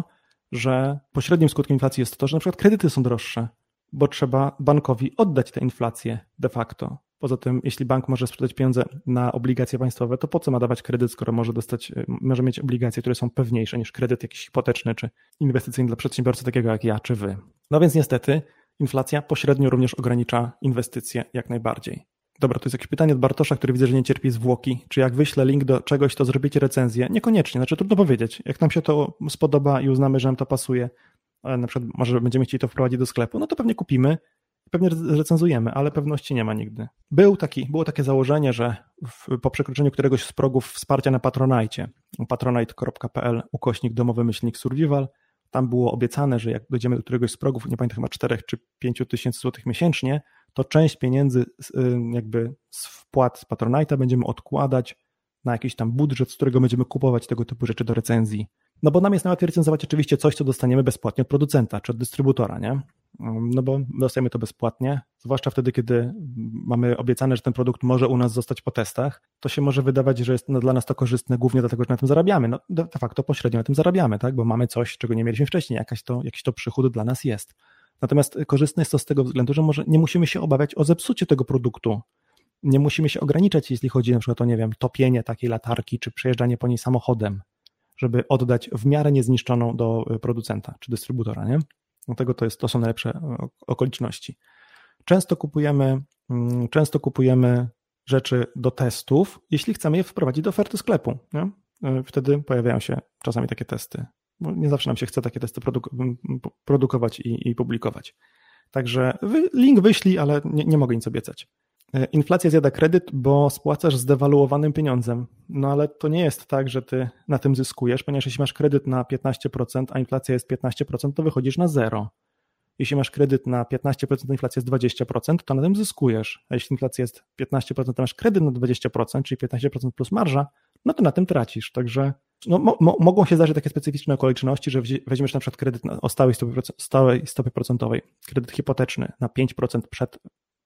że pośrednim skutkiem inflacji jest to, że na przykład kredyty są droższe, bo trzeba bankowi oddać tę inflację de facto. Poza tym, jeśli bank może sprzedać pieniądze na obligacje państwowe, to po co ma dawać kredyt, skoro może dostać, może mieć obligacje, które są pewniejsze niż kredyt jakiś hipoteczny czy inwestycyjny dla przedsiębiorcy takiego jak ja czy wy. No więc niestety inflacja pośrednio również ogranicza inwestycje jak najbardziej. Dobra, to jest jakieś pytanie od Bartosza, który widzę, że nie cierpi zwłoki. Czy jak wyślę link do czegoś, to zrobicie recenzję? Niekoniecznie, znaczy trudno powiedzieć. Jak nam się to spodoba i uznamy, że nam to pasuje, ale na przykład może będziemy chcieli to wprowadzić do sklepu, no to pewnie kupimy, pewnie recenzujemy, ale pewności nie ma nigdy. Był taki, było takie założenie, że w, po przekroczeniu któregoś z progów wsparcia na Patronite, patronite.pl ukośnik domowy myślnik survival, tam było obiecane, że jak dojdziemy do któregoś z progów, nie pamiętam, chyba czterech czy pięciu tysięcy złotych miesięcznie, to część pieniędzy jakby z wpłat z Patronite'a będziemy odkładać na jakiś tam budżet, z którego będziemy kupować tego typu rzeczy do recenzji. No bo nam jest najłatwiej recenzować oczywiście coś, co dostaniemy bezpłatnie od producenta czy od dystrybutora, nie? No bo dostajemy to bezpłatnie, zwłaszcza wtedy, kiedy mamy obiecane, że ten produkt może u nas zostać po testach, to się może wydawać, że jest no, dla nas to korzystne głównie dlatego, że na tym zarabiamy. No de facto pośrednio na tym zarabiamy, tak? Bo mamy coś, czego nie mieliśmy wcześniej, jakaś to, jakiś to przychód dla nas jest. Natomiast korzystne jest to z tego względu, że może nie musimy się obawiać o zepsucie tego produktu. Nie musimy się ograniczać, jeśli chodzi na przykład o, nie wiem, topienie takiej latarki, czy przejeżdżanie po niej samochodem, żeby oddać w miarę niezniszczoną do producenta, czy dystrybutora, nie? Dlatego to, jest, to są najlepsze okoliczności. Często kupujemy, często kupujemy rzeczy do testów, jeśli chcemy je wprowadzić do oferty sklepu, nie? Wtedy pojawiają się czasami takie testy. Bo nie zawsze nam się chce takie testy produk- produkować i, i publikować. Także wy, link wyślij, ale nie, nie mogę nic obiecać. Inflacja zjada kredyt, bo spłacasz zdewaluowanym pieniądzem. No ale to nie jest tak, że ty na tym zyskujesz, ponieważ jeśli masz kredyt na piętnaście procent, a inflacja jest piętnaście procent, to wychodzisz na zero. Jeśli masz kredyt na piętnaście procent, a inflacja jest dwadzieścia procent, to na tym zyskujesz. A jeśli inflacja jest piętnaście procent, to masz kredyt na dwadzieścia procent, czyli piętnaście procent plus marża, no to na tym tracisz. Także no, mo, mo, mogą się zdarzyć takie specyficzne okoliczności, że weźmiesz na przykład kredyt na, o stałej stopie, stałej stopie procentowej, kredyt hipoteczny na pięć procent przed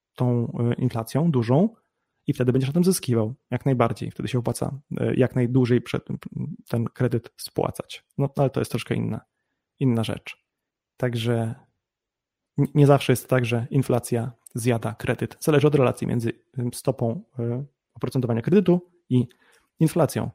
tą inflacją dużą i wtedy będziesz na tym zyskiwał jak najbardziej. Wtedy się opłaca jak najdłużej przed ten kredyt spłacać. No ale to jest troszkę inna, inna rzecz. Także nie zawsze jest tak, że inflacja zjada kredyt. Zależy od relacji między stopą oprocentowania kredytu i inflacją.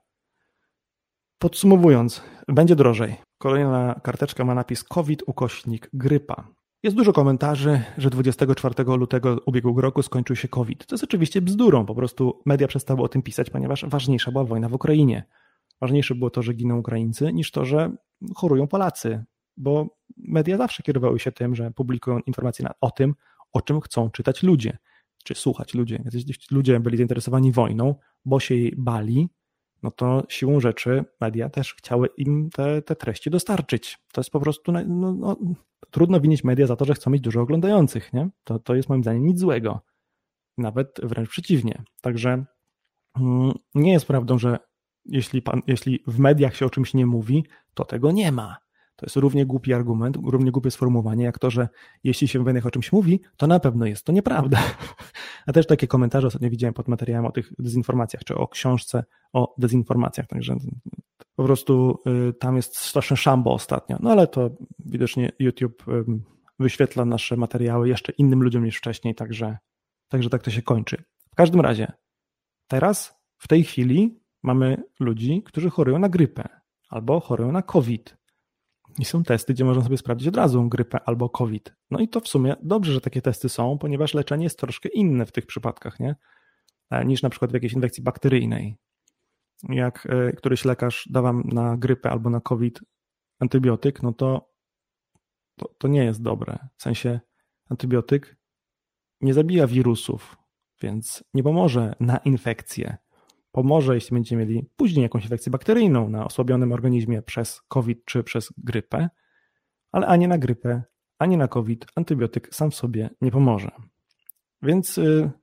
Podsumowując, będzie drożej. Kolejna karteczka ma napis COVID ukośnik grypa. Jest dużo komentarzy, że dwudziestego czwartego lutego ubiegłego roku skończył się COVID. To jest oczywiście bzdurą, po prostu media przestały o tym pisać, ponieważ ważniejsza była wojna w Ukrainie. Ważniejsze było to, że giną Ukraińcy, niż to, że chorują Polacy, bo media zawsze kierowały się tym, że publikują informacje o tym, o czym chcą czytać ludzie. czy słuchać ludzie, jacyś ludzie byli zainteresowani wojną, bo się jej bali, no to siłą rzeczy media też chciały im te, te treści dostarczyć. To jest po prostu, no, no, trudno winić media za to, że chcą mieć dużo oglądających, nie? To, to jest moim zdaniem nic złego. Nawet wręcz przeciwnie. Także mm, nie jest prawdą, że jeśli, pan, jeśli w mediach się o czymś nie mówi, to tego nie ma. To jest równie głupi argument, równie głupie sformułowanie, jak to, że jeśli się w mediach o czymś mówi, to na pewno jest to nieprawda. A też takie komentarze ostatnio widziałem pod materiałem o tych dezinformacjach, czy o książce o dezinformacjach, także po prostu y, tam jest straszne szambo ostatnio, no ale to widocznie YouTube y, wyświetla nasze materiały jeszcze innym ludziom niż wcześniej, także, także tak to się kończy. W każdym razie, teraz, w tej chwili mamy ludzi, którzy chorują na grypę albo chorują na COVID. I są testy, gdzie można sobie sprawdzić od razu grypę albo COVID. No i to w sumie dobrze, że takie testy są, ponieważ leczenie jest troszkę inne w tych przypadkach, nie? Niż na przykład w jakiejś infekcji bakteryjnej. Jak któryś lekarz da wam na grypę albo na COVID antybiotyk, no to, to, to nie jest dobre. W sensie antybiotyk nie zabija wirusów, więc nie pomoże na infekcję. Pomoże, jeśli będziecie mieli później jakąś infekcję bakteryjną na osłabionym organizmie przez COVID czy przez grypę, ale ani na grypę, ani na COVID antybiotyk sam w sobie nie pomoże. Więc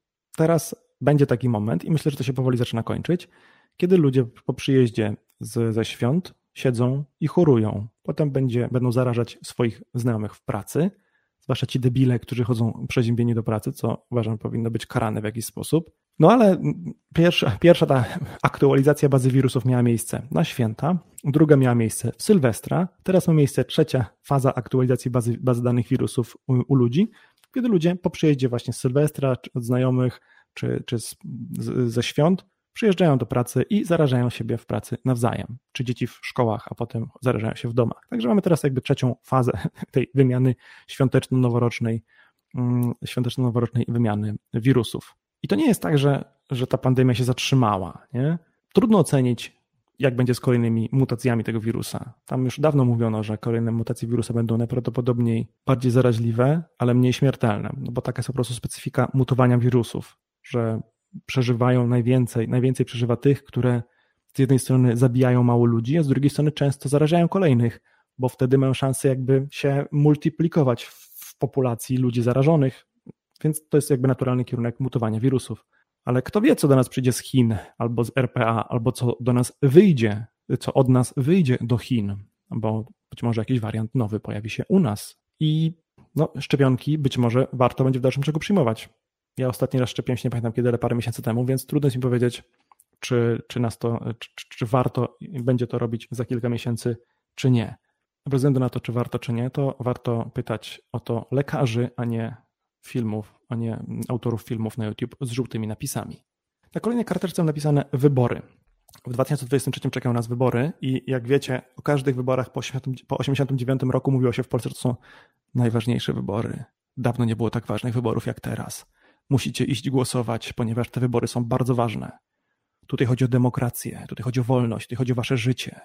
teraz będzie taki moment i myślę, że to się powoli zaczyna kończyć, kiedy ludzie po przyjeździe z, ze świąt siedzą i chorują. Potem będzie, będą zarażać swoich znajomych w pracy, zwłaszcza ci debile, którzy chodzą przeziębieni do pracy, co uważam powinno być karane w jakiś sposób. No ale pierwsza, pierwsza ta aktualizacja bazy wirusów miała miejsce na święta, druga miała miejsce w Sylwestra, teraz ma miejsce trzecia faza aktualizacji bazy, bazy danych wirusów u, u ludzi, kiedy ludzie po przyjeździe właśnie z Sylwestra, czy od znajomych, czy, czy z, z, ze świąt przyjeżdżają do pracy i zarażają siebie w pracy nawzajem, czy dzieci w szkołach, a potem zarażają się w domach. Także mamy teraz jakby trzecią fazę tej wymiany świąteczno-noworocznej, świąteczno-noworocznej wymiany wirusów. I to nie jest tak, że, że ta pandemia się zatrzymała, nie? Trudno ocenić, jak będzie z kolejnymi mutacjami tego wirusa. Tam już dawno mówiono, że kolejne mutacje wirusa będą najprawdopodobniej bardziej zaraźliwe, ale mniej śmiertelne, no bo taka jest po prostu specyfika mutowania wirusów, że przeżywają najwięcej, najwięcej przeżywa tych, które z jednej strony zabijają mało ludzi, a z drugiej strony często zarażają kolejnych, bo wtedy mają szansę jakby się multiplikować w populacji ludzi zarażonych, więc to jest jakby naturalny kierunek mutowania wirusów. Ale kto wie, co do nas przyjdzie z Chin, albo z R P A, albo co do nas wyjdzie, co od nas wyjdzie do Chin, bo być może jakiś wariant nowy pojawi się u nas. I no, szczepionki być może warto będzie w dalszym ciągu przyjmować. Ja ostatni raz szczepiłem się, nie pamiętam kiedy, ale parę miesięcy temu, więc trudno jest mi powiedzieć, czy, czy, nas to, czy, czy warto będzie to robić za kilka miesięcy, czy nie. Bez względu na to, czy warto, czy nie, to warto pytać o to lekarzy, a nie filmów, a nie autorów filmów na YouTube z żółtymi napisami. Na kolejnej karteczce są napisane wybory. W dwa tysiące dwudziestym trzecim czekają nas wybory i jak wiecie, o każdych wyborach po osiemdziesiątym dziewiątym roku mówiło się w Polsce, że to są najważniejsze wybory. Dawno nie było tak ważnych wyborów jak teraz. Musicie iść głosować, ponieważ te wybory są bardzo ważne. Tutaj chodzi o demokrację, tutaj chodzi o wolność, tutaj chodzi o wasze życie.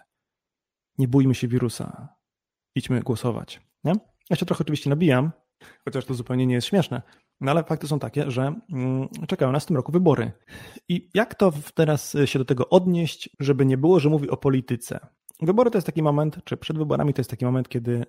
Nie bójmy się wirusa. Idźmy głosować. Nie? Ja się trochę oczywiście nabijam, chociaż to zupełnie nie jest śmieszne, no ale fakty są takie, że mm, czekają nas w tym roku wybory. I jak to teraz się do tego odnieść, żeby nie było, że mówi o polityce? Wybory to jest taki moment, czy przed wyborami to jest taki moment, kiedy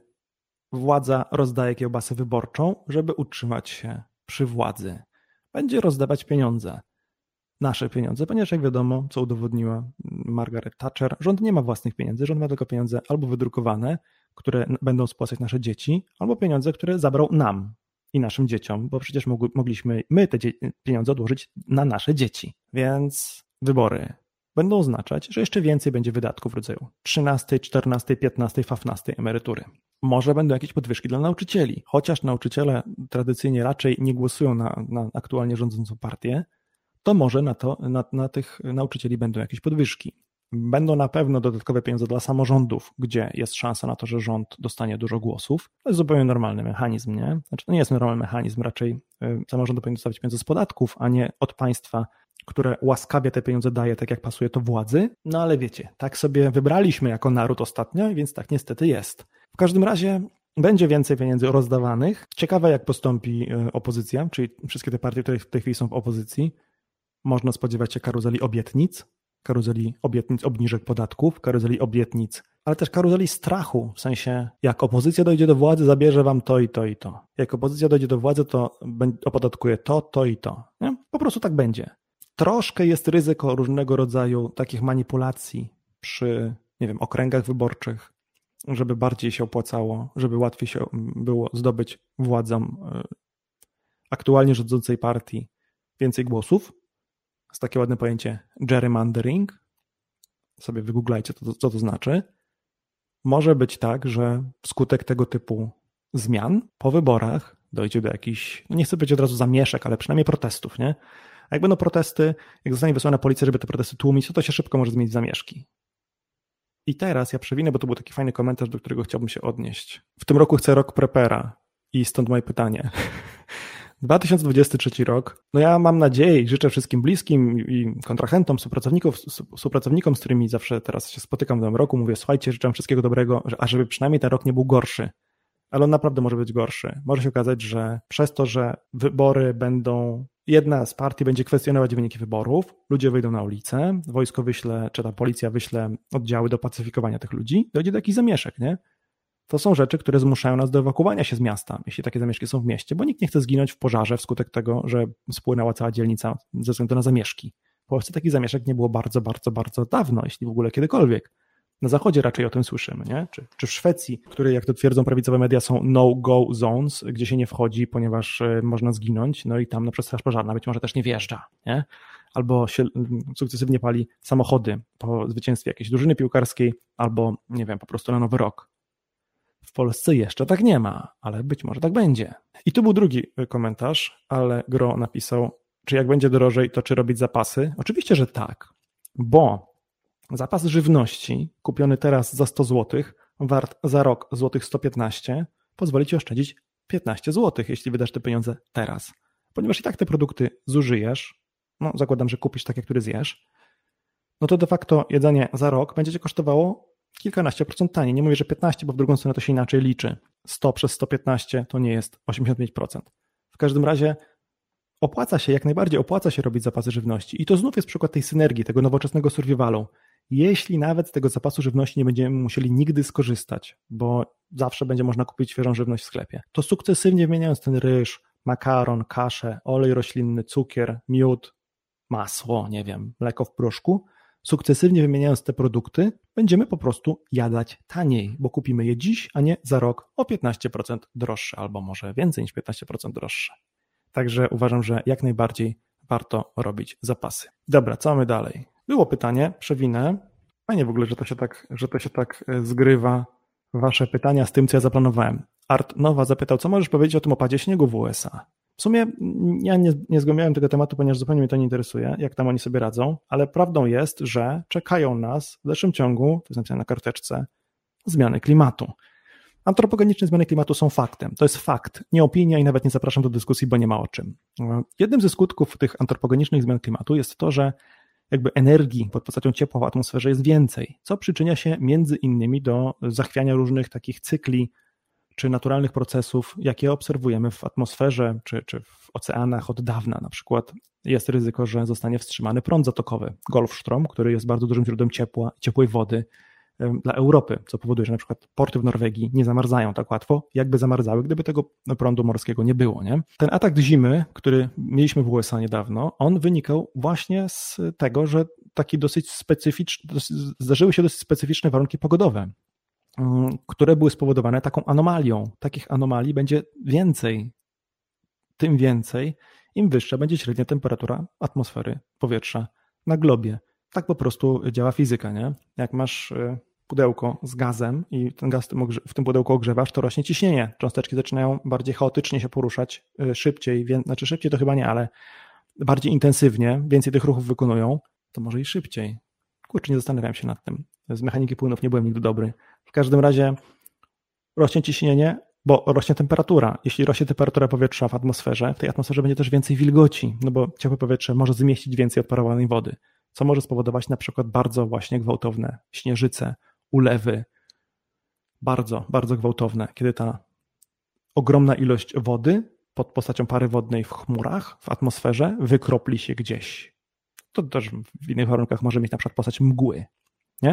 władza rozdaje kiełbasę wyborczą, żeby utrzymać się przy władzy. Będzie rozdawać pieniądze. Nasze pieniądze, ponieważ jak wiadomo, co udowodniła Margaret Thatcher, rząd nie ma własnych pieniędzy, rząd ma tylko pieniądze albo wydrukowane, które będą spłacać nasze dzieci, albo pieniądze, które zabrał nam i naszym dzieciom, bo przecież mogliśmy my te pieniądze odłożyć na nasze dzieci. Więc wybory będą oznaczać, że jeszcze więcej będzie wydatków w rodzaju trzynastej, czternastej, piętnastej, fafnastej emerytury. Może będą jakieś podwyżki dla nauczycieli, chociaż nauczyciele tradycyjnie raczej nie głosują na, na aktualnie rządzącą partię, to może na, to, na, na tych nauczycieli będą jakieś podwyżki. Będą na pewno dodatkowe pieniądze dla samorządów, gdzie jest szansa na to, że rząd dostanie dużo głosów. To jest zupełnie normalny mechanizm, nie? Znaczy to nie jest normalny mechanizm, raczej samorządy powinny dostawać pieniądze z podatków, a nie od państwa, które łaskawie te pieniądze daje, tak jak pasuje to władzy. No ale wiecie, tak sobie wybraliśmy jako naród ostatnio, więc tak niestety jest. W każdym razie Będzie więcej pieniędzy rozdawanych. Ciekawe, jak postąpi opozycja, czyli wszystkie te partie, które w tej chwili są w opozycji. Można spodziewać się karuzeli obietnic, karuzeli obietnic obniżek podatków, karuzeli obietnic, ale też karuzeli strachu, w sensie jak opozycja dojdzie do władzy, zabierze wam to i to i to. Jak opozycja dojdzie do władzy, to opodatkuje to, to i to. Nie? Po prostu tak będzie. Troszkę jest ryzyko różnego rodzaju takich manipulacji przy, nie wiem, okręgach wyborczych, żeby bardziej się opłacało, żeby łatwiej się było zdobyć władzom aktualnie rządzącej partii więcej głosów. Jest takie ładne pojęcie gerrymandering. Sobie wygooglajcie, to, co to znaczy. Może być tak, że wskutek tego typu zmian po wyborach dojdzie do jakichś, no nie chcę powiedzieć od razu zamieszek, ale przynajmniej protestów, nie? A jak będą protesty, jak zostanie wysłana policja, żeby te protesty tłumić, to to się szybko może zmienić w zamieszki. I teraz ja przewinę, bo to był taki fajny komentarz, do którego chciałbym się odnieść. W tym roku chcę rok prepera i stąd moje pytanie. dwa tysiące dwudziesty trzeci rok, no ja mam nadzieję i życzę wszystkim bliskim i kontrahentom, współpracownikom, współpracownikom, z którymi zawsze teraz się spotykam w nowym roku, mówię, słuchajcie, życzę wszystkiego dobrego, a żeby przynajmniej ten rok nie był gorszy. Ale on naprawdę może być gorszy. Może się okazać, że przez to, że wybory będą, jedna z partii będzie kwestionować wyniki wyborów, ludzie wyjdą na ulicę, wojsko wyśle, czy ta policja wyśle oddziały do pacyfikowania tych ludzi, dojdzie do jakichś zamieszek, nie? To są rzeczy, które zmuszają nas do ewakuowania się z miasta, jeśli takie zamieszki są w mieście, bo nikt nie chce zginąć w pożarze wskutek tego, że spłynęła cała dzielnica ze względu na zamieszki. W Polsce takich zamieszek nie było bardzo, bardzo, bardzo dawno, jeśli w ogóle kiedykolwiek. Na zachodzie raczej o tym słyszymy, nie? Czy, czy w Szwecji, które, jak to twierdzą prawicowe media, są no-go zones, gdzie się nie wchodzi, ponieważ można zginąć, no i tam na przykład straż pożarna być może też nie wjeżdża, nie? Albo się sukcesywnie pali samochody po zwycięstwie jakiejś drużyny piłkarskiej, albo, nie wiem, po prostu na Nowy Rok. W Polsce jeszcze tak nie ma, ale być może tak będzie. I tu był drugi komentarz, ale Gro napisał, czy jak będzie drożej, to czy robić zapasy? Oczywiście, że tak, bo zapas żywności kupiony teraz za sto złotych, wart za rok złotych sto piętnaście, pozwoli ci oszczędzić piętnaście złotych, jeśli wydasz te pieniądze teraz. Ponieważ i tak te produkty zużyjesz, no zakładam, że kupisz takie, które zjesz, no to de facto jedzenie za rok będzie cię kosztowało kilkanaście procent taniej. Nie mówię, że piętnaście, bo w drugą stronę to się inaczej liczy. sto przez sto piętnaście to nie jest osiemdziesiąt pięć procent. W każdym razie opłaca się, jak najbardziej opłaca się robić zapasy żywności. I to znów jest przykład tej synergii, tego nowoczesnego survivalu. Jeśli nawet z tego zapasu żywności nie będziemy musieli nigdy skorzystać, bo zawsze będzie można kupić świeżą żywność w sklepie, to sukcesywnie wymieniając ten ryż, makaron, kaszę, olej roślinny, cukier, miód, masło, nie wiem, mleko w proszku, sukcesywnie wymieniając te produkty, będziemy po prostu jadać taniej, bo kupimy je dziś, a nie za rok o piętnaście procent droższe, albo może więcej niż piętnaście procent droższe. Także uważam, że jak najbardziej warto robić zapasy. Dobra, co mamy dalej? Było pytanie, przewinę. Fajnie w ogóle, że to się tak, że to się tak zgrywa, wasze pytania z tym, co ja zaplanowałem. Art Nowa zapytał, co możesz powiedzieć o tym opadzie śniegu w U S A? W sumie ja nie, nie zgłębiałem tego tematu, ponieważ zupełnie mnie to nie interesuje, jak tam oni sobie radzą, ale prawdą jest, że czekają nas w dalszym ciągu, to jest napisane na karteczce, zmiany klimatu. Antropogeniczne zmiany klimatu są faktem. To jest fakt, nie opinia i nawet nie zapraszam do dyskusji, bo nie ma o czym. Jednym ze skutków tych antropogenicznych zmian klimatu jest to, że jakby energii pod postacią ciepła w atmosferze jest więcej, co przyczynia się między innymi do zachwiania różnych takich cykli czy naturalnych procesów, jakie obserwujemy w atmosferze czy, czy w oceanach od dawna. Na przykład jest ryzyko, że zostanie wstrzymany prąd zatokowy, Golfstrom, który jest bardzo dużym źródłem ciepła, ciepłej wody dla Europy, co powoduje, że na przykład porty w Norwegii nie zamarzają tak łatwo, jakby zamarzały, gdyby tego prądu morskiego nie było. Nie? Ten atak zimy, który mieliśmy w U S A niedawno, on wynikał właśnie z tego, że taki dosyć specyficzny, zdarzyły się dosyć specyficzne warunki pogodowe, które były spowodowane taką anomalią. Takich anomalii będzie więcej, tym więcej, im wyższa będzie średnia temperatura atmosfery, powietrza na globie. Tak po prostu działa fizyka, nie? Jak masz pudełko z gazem i ten gaz w tym pudełku ogrzewasz, to rośnie ciśnienie. Cząsteczki zaczynają bardziej chaotycznie się poruszać, szybciej, znaczy szybciej to chyba nie, ale bardziej intensywnie, więcej tych ruchów wykonują, to może i szybciej. Kurczę, nie zastanawiam się nad tym. Z mechaniki płynów nie byłem nigdy dobry. W każdym razie rośnie ciśnienie, bo rośnie temperatura. Jeśli rośnie temperatura powietrza w atmosferze, w tej atmosferze będzie też więcej wilgoci, no bo ciepłe powietrze może zmieścić więcej odparowanej wody, co może spowodować na przykład bardzo właśnie gwałtowne śnieżyce, ulewy, bardzo, bardzo gwałtowne, kiedy ta ogromna ilość wody pod postacią pary wodnej w chmurach, w atmosferze, wykropli się gdzieś. To też w innych warunkach może mieć na przykład postać mgły, nie?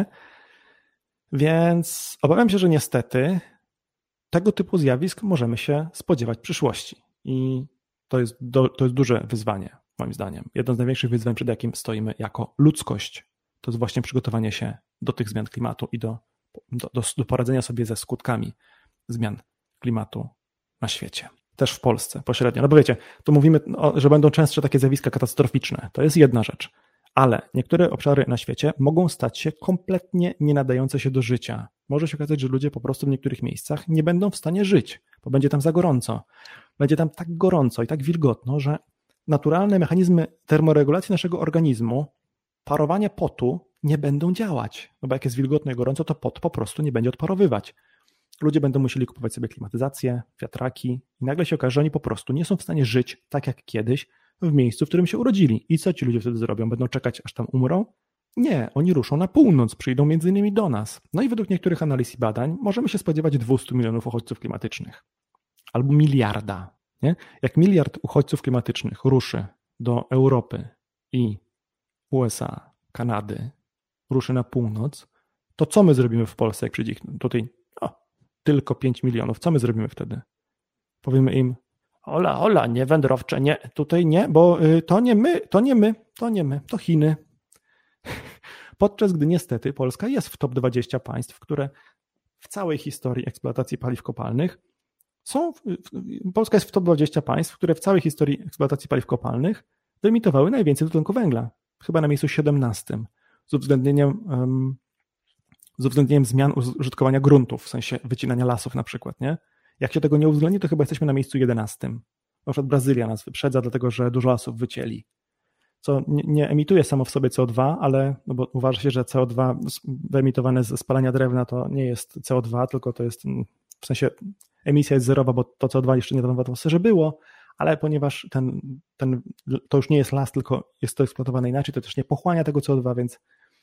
Więc obawiam się, że niestety tego typu zjawisk możemy się spodziewać w przyszłości. I to jest, do, to jest duże wyzwanie, moim zdaniem. Jedno z największych wyzwań, przed jakim stoimy jako ludzkość, to jest właśnie przygotowanie się do tych zmian klimatu i do, do, do, do poradzenia sobie ze skutkami zmian klimatu na świecie. Też w Polsce pośrednio. No bo wiecie, tu mówimy, że będą częstsze takie zjawiska katastroficzne. To jest jedna rzecz. Ale niektóre obszary na świecie mogą stać się kompletnie nie nadające się do życia. Może się okazać, że ludzie po prostu w niektórych miejscach nie będą w stanie żyć, bo będzie tam za gorąco. Będzie tam tak gorąco i tak wilgotno, że naturalne mechanizmy termoregulacji naszego organizmu, parowanie potu, nie będą działać. No bo jak jest wilgotno i gorąco, to pot po prostu nie będzie odparowywać. Ludzie będą musieli kupować sobie klimatyzację, wiatraki i nagle się okaże, że oni po prostu nie są w stanie żyć tak jak kiedyś w miejscu, w którym się urodzili. I co ci ludzie wtedy zrobią? Będą czekać, aż tam umrą? Nie, oni ruszą na północ, przyjdą między innymi do nas. No i według niektórych analiz i badań możemy się spodziewać dwieście milionów uchodźców klimatycznych. Albo miliarda. Nie? Jak miliard uchodźców klimatycznych ruszy do Europy i U S A, Kanady, ruszy na północ, to co my zrobimy w Polsce, jak przyjdzie ich tutaj o, tylko pięć milionów? Co my zrobimy wtedy? Powiemy im, Ola, ola, nie wędrowcze, nie, tutaj nie, bo to nie my, to nie my, to nie my, to Chiny. Podczas gdy niestety Polska jest w top dwudziestu państw, które w całej historii eksploatacji paliw kopalnych są, Polska jest w top dwudziestu państw, które w całej historii eksploatacji paliw kopalnych wyemitowały najwięcej dwutlenku węgla. Chyba na miejscu siedemnastym, z uwzględnieniem, um, z uwzględnieniem zmian użytkowania gruntów, w sensie wycinania lasów na przykład, nie? Jak się tego nie uwzględni, to chyba jesteśmy na miejscu jedenastym. Na przykład Brazylia nas wyprzedza, dlatego że dużo lasów wycięli. Co nie, nie emituje samo w sobie C O dwa, ale no bo uważa się, że C O dwa wyemitowane ze spalania drewna to nie jest C O dwa, tylko to jest, w sensie emisja jest zerowa, bo to C O dwa jeszcze niedawno w atmosferze było, ale ponieważ ten, ten, to już nie jest las, tylko jest to eksploatowane inaczej, to też nie pochłania tego C O dwa, więc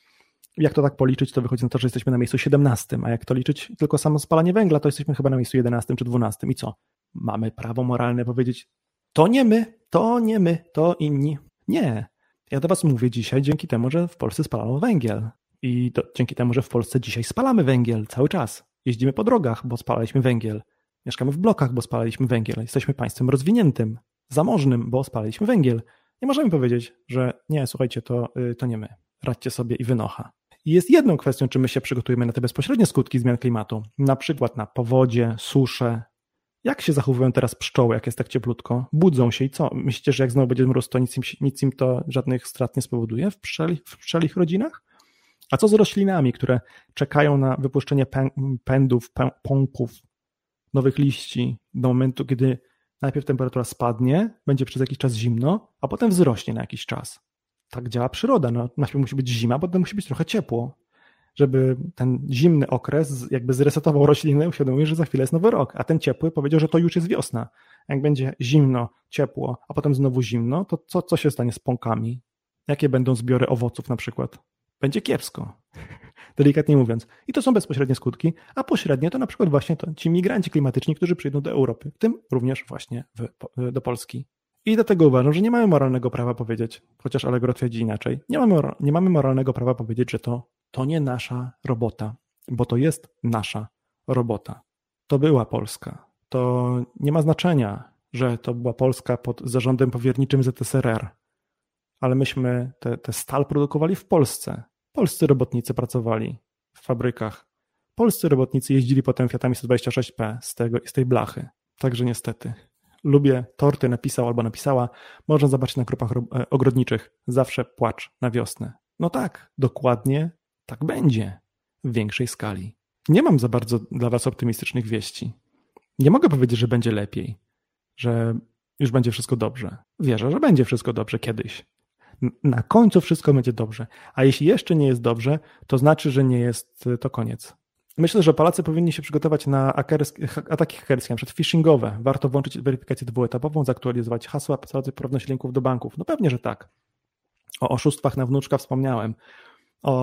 jak to tak policzyć, to wychodzi na to, że jesteśmy na miejscu siedemnastym, a jak to liczyć tylko samo spalanie węgla, to jesteśmy chyba na miejscu jedenastym czy dwunastym. I co? Mamy prawo moralne powiedzieć, to nie my, to nie my, to inni. Nie. Ja do was mówię dzisiaj dzięki temu, że w Polsce spalano węgiel. I to dzięki temu, że w Polsce dzisiaj spalamy węgiel cały czas. Jeździmy po drogach, bo spalaliśmy węgiel. Mieszkamy w blokach, bo spalaliśmy węgiel. Jesteśmy państwem rozwiniętym, zamożnym, bo spalaliśmy węgiel. Nie możemy powiedzieć, że nie, słuchajcie, to, to nie my. Radźcie sobie i wynocha. I jest jedną kwestią, czy my się przygotujemy na te bezpośrednie skutki zmian klimatu, na przykład na powodzie, susze. Jak się zachowują teraz pszczoły, jak jest tak cieplutko? Budzą się i co? Myślicie, że jak znowu będzie mróz, to nic im, nic im to żadnych strat nie spowoduje w, pszczeli, w pszczelich rodzinach? A co z roślinami, które czekają na wypuszczenie pę, pędów, pę, pąków, nowych liści do momentu, kiedy najpierw temperatura spadnie, będzie przez jakiś czas zimno, a potem wzrośnie na jakiś czas. Tak działa przyroda. No, najpierw musi być zima, potem musi być trochę ciepło. Żeby ten zimny okres jakby zresetował rośliny, uświadomił, że za chwilę jest nowy rok, a ten ciepły powiedział, że to już jest wiosna. Jak będzie zimno, ciepło, a potem znowu zimno, to co, co się stanie z pąkami? Jakie będą zbiory owoców na przykład? Będzie kiepsko, delikatnie mówiąc. I to są bezpośrednie skutki, a pośrednie to na przykład właśnie to ci migranci klimatyczni, którzy przyjdą do Europy, w tym również właśnie w, do Polski. I dlatego uważam, że nie mamy moralnego prawa powiedzieć, chociaż Allegro twierdzi inaczej, nie mamy, nie mamy moralnego prawa powiedzieć, że to, to nie nasza robota, bo to jest nasza robota. To była Polska. To nie ma znaczenia, że to była Polska pod zarządem powierniczym Z S R R, ale myśmy tę stal produkowali w Polsce. Polscy robotnicy pracowali w fabrykach. Polscy robotnicy jeździli potem Fiatami sto dwadzieścia sześć P z, tego, z tej blachy. Także niestety. Lubię torty, napisał albo napisała. Można zobaczyć na grupach ogrodniczych. Zawsze płacz na wiosnę. No tak, dokładnie tak będzie. W większej skali. Nie mam za bardzo dla was optymistycznych wieści. Nie mogę powiedzieć, że będzie lepiej. Że już będzie wszystko dobrze. Wierzę, że będzie wszystko dobrze kiedyś. Na końcu wszystko będzie dobrze. A jeśli jeszcze nie jest dobrze, to znaczy, że nie jest to koniec. Myślę, że Polacy powinni się przygotować na ataki hakerskie, na przykład phishingowe. Warto włączyć weryfikację dwuetapową, zaktualizować hasła, sprawdzić poprawność linków do banków. No pewnie, że tak. O oszustwach na wnuczka wspomniałem. O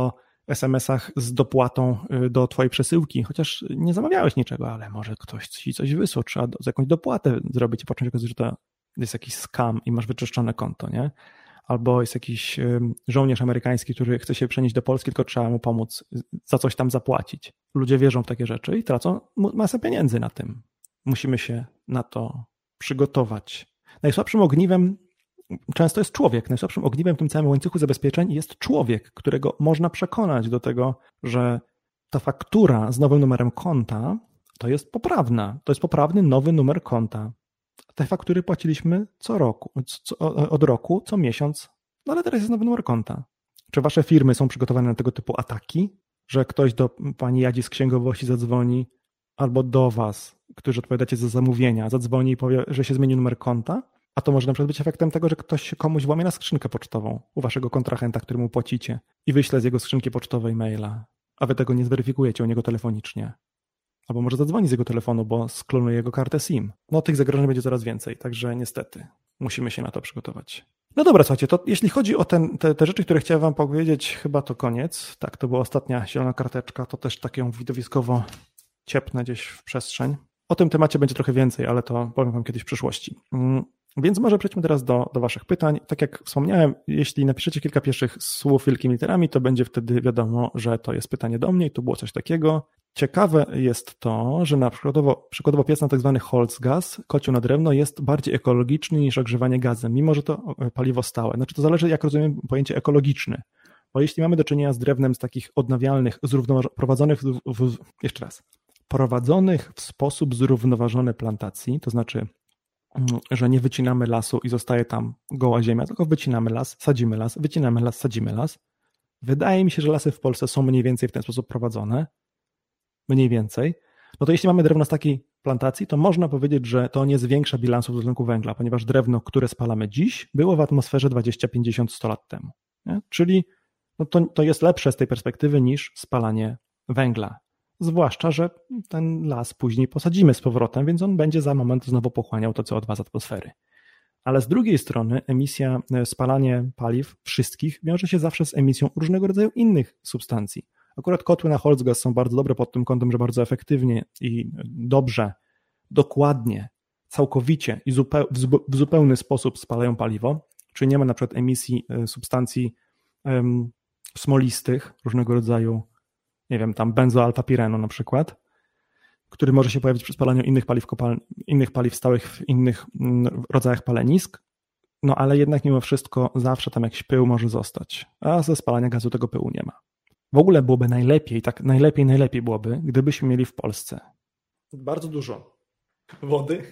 es em esach z dopłatą do twojej przesyłki, chociaż nie zamawiałeś niczego, ale może ktoś ci coś wysłał, trzeba za jakąś dopłatę zrobić i począć okazać, że to jest jakiś scam i masz wyczyszczone konto, nie? Albo jest jakiś żołnierz amerykański, który chce się przenieść do Polski, tylko trzeba mu pomóc za coś tam zapłacić. Ludzie wierzą w takie rzeczy i tracą masę pieniędzy na tym. Musimy się na to przygotować. Najsłabszym ogniwem często jest człowiek. Najsłabszym ogniwem w tym całym łańcuchu zabezpieczeń jest człowiek, którego można przekonać do tego, że ta faktura z nowym numerem konta to jest poprawna. To jest poprawny nowy numer konta. Te faktury płaciliśmy co roku, co, od roku, co miesiąc, no ale teraz jest nowy numer konta. Czy wasze firmy są przygotowane na tego typu ataki, że ktoś do pani Jadzi z księgowości zadzwoni albo do was, którzy odpowiadacie za zamówienia, zadzwoni i powie, że się zmienił numer konta, a to może na przykład być efektem tego, że ktoś się komuś włamie na skrzynkę pocztową u waszego kontrahenta, któremu płacicie i wyśle z jego skrzynki pocztowej maila, a wy tego nie zweryfikujecie u niego telefonicznie. Albo może zadzwoni z jego telefonu, bo sklonuje jego kartę SIM. No tych zagrożeń będzie coraz więcej, także niestety musimy się na to przygotować. No dobra, słuchajcie, to jeśli chodzi o ten, te, te rzeczy, które chciałem wam powiedzieć, chyba to koniec. Tak, to była ostatnia zielona karteczka, to też tak ją widowiskowo ciepnę gdzieś w przestrzeń. O tym temacie będzie trochę więcej, ale to powiem wam kiedyś w przyszłości. Więc może przejdźmy teraz do, do waszych pytań. Tak jak wspomniałem, jeśli napiszecie kilka pierwszych słów wielkimi literami, to będzie wtedy wiadomo, że to jest pytanie do mnie i to było coś takiego. Ciekawe jest to, że na przykładowo, przykładowo piec na tak zwany Holzgas, kocioł na drewno, jest bardziej ekologiczny niż ogrzewanie gazem, mimo że to paliwo stałe. Znaczy to zależy, jak rozumiem pojęcie ekologiczny. Bo jeśli mamy do czynienia z drewnem z takich odnawialnych, prowadzonych, w, w, jeszcze raz, prowadzonych w sposób zrównoważony plantacji, to znaczy że nie wycinamy lasu i zostaje tam goła ziemia, tylko wycinamy las, sadzimy las, wycinamy las, sadzimy las. Wydaje mi się, że lasy w Polsce są mniej więcej w ten sposób prowadzone. Mniej więcej. No to jeśli mamy drewno z takiej plantacji, to można powiedzieć, że to nie zwiększa bilansu dwutlenku węgla, ponieważ drewno, które spalamy dziś, było w atmosferze dwadzieścia, pięćdziesiąt, sto lat temu. Nie? Czyli no to, to jest lepsze z tej perspektywy niż spalanie węgla. Zwłaszcza, że ten las później posadzimy z powrotem, więc on będzie za moment znowu pochłaniał to C O dwa z atmosfery. Ale z drugiej strony emisja, spalanie paliw wszystkich wiąże się zawsze z emisją różnego rodzaju innych substancji. Akurat kotły na Holzgas są bardzo dobre pod tym kątem, że bardzo efektywnie i dobrze, dokładnie, całkowicie i zupeł, w zupełny sposób spalają paliwo, czyli nie ma na przykład emisji substancji um, smolistych, różnego rodzaju, nie wiem, tam benzoalfapirenu na przykład, który może się pojawić przy spalaniu innych paliw, kopal, innych paliw stałych w innych rodzajach palenisk, no ale jednak mimo wszystko zawsze tam jakiś pył może zostać, a ze spalania gazu tego pyłu nie ma. W ogóle byłoby najlepiej, tak najlepiej, najlepiej byłoby, gdybyśmy mieli w Polsce bardzo dużo wody,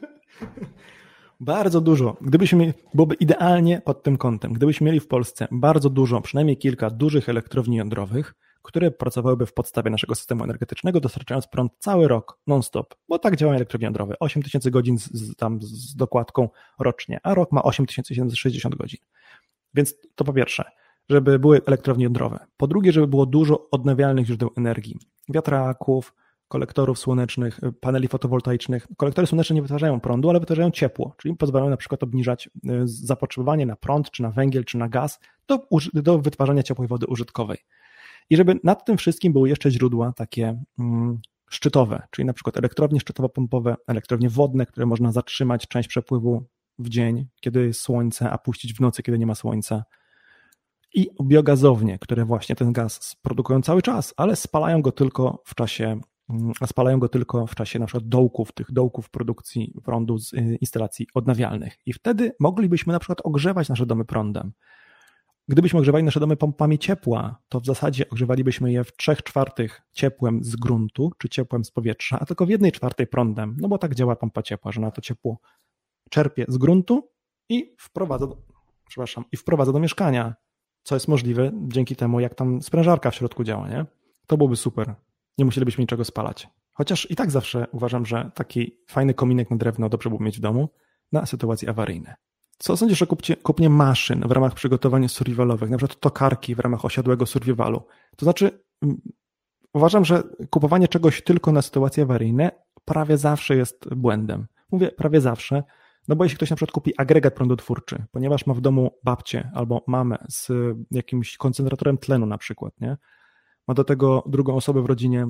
bardzo dużo, gdybyśmy mieli, byłoby idealnie pod tym kątem, gdybyśmy mieli w Polsce bardzo dużo, przynajmniej kilka dużych elektrowni jądrowych, które pracowałyby w podstawie naszego systemu energetycznego, dostarczając prąd cały rok, non-stop, bo tak działają elektrownie jądrowe, osiem tysięcy godzin z, z, tam z dokładką rocznie, a rok ma osiem tysięcy siedemset sześćdziesiąt godzin. Więc to po pierwsze, żeby były elektrownie jądrowe. Po drugie, żeby było dużo odnawialnych źródeł energii, wiatraków, kolektorów słonecznych, paneli fotowoltaicznych. Kolektory słoneczne nie wytwarzają prądu, ale wytwarzają ciepło, czyli pozwalają na przykład obniżać zapotrzebowanie na prąd, czy na węgiel, czy na gaz do, do wytwarzania ciepłej wody użytkowej. I żeby nad tym wszystkim były jeszcze źródła takie mm, szczytowe, czyli na przykład elektrownie szczytowo-pompowe, elektrownie wodne, które można zatrzymać część przepływu w dzień, kiedy jest słońce, a puścić w nocy, kiedy nie ma słońca. I biogazownie, które właśnie ten gaz produkują cały czas, ale spalają go tylko w czasie, spalają go tylko w czasie na przykład dołków, tych dołków produkcji prądu z instalacji odnawialnych. I wtedy moglibyśmy na przykład ogrzewać nasze domy prądem. Gdybyśmy ogrzewali nasze domy pompami ciepła, to w zasadzie ogrzewalibyśmy je w trzech czwartych ciepłem z gruntu, czy ciepłem z powietrza, a tylko w jednej czwartej prądem, no bo tak działa pompa ciepła, że na to ciepło czerpie z gruntu i wprowadza do, przepraszam, i wprowadza do mieszkania, co jest możliwe dzięki temu, jak tam sprężarka w środku działa, nie? To byłoby super. Nie musielibyśmy niczego spalać. Chociaż i tak zawsze uważam, że taki fajny kominek na drewno dobrze byłoby mieć w domu na sytuacje awaryjne. Co sądzisz o kupnie, kupnie maszyn w ramach przygotowań survivalowych, na przykład tokarki w ramach osiadłego survivalu? To znaczy, uważam, że kupowanie czegoś tylko na sytuacje awaryjne prawie zawsze jest błędem. Mówię prawie zawsze, no bo jeśli ktoś na przykład kupi agregat prądotwórczy, ponieważ ma w domu babcię albo mamę z jakimś koncentratorem tlenu na przykład, nie? ma do tego drugą osobę w rodzinie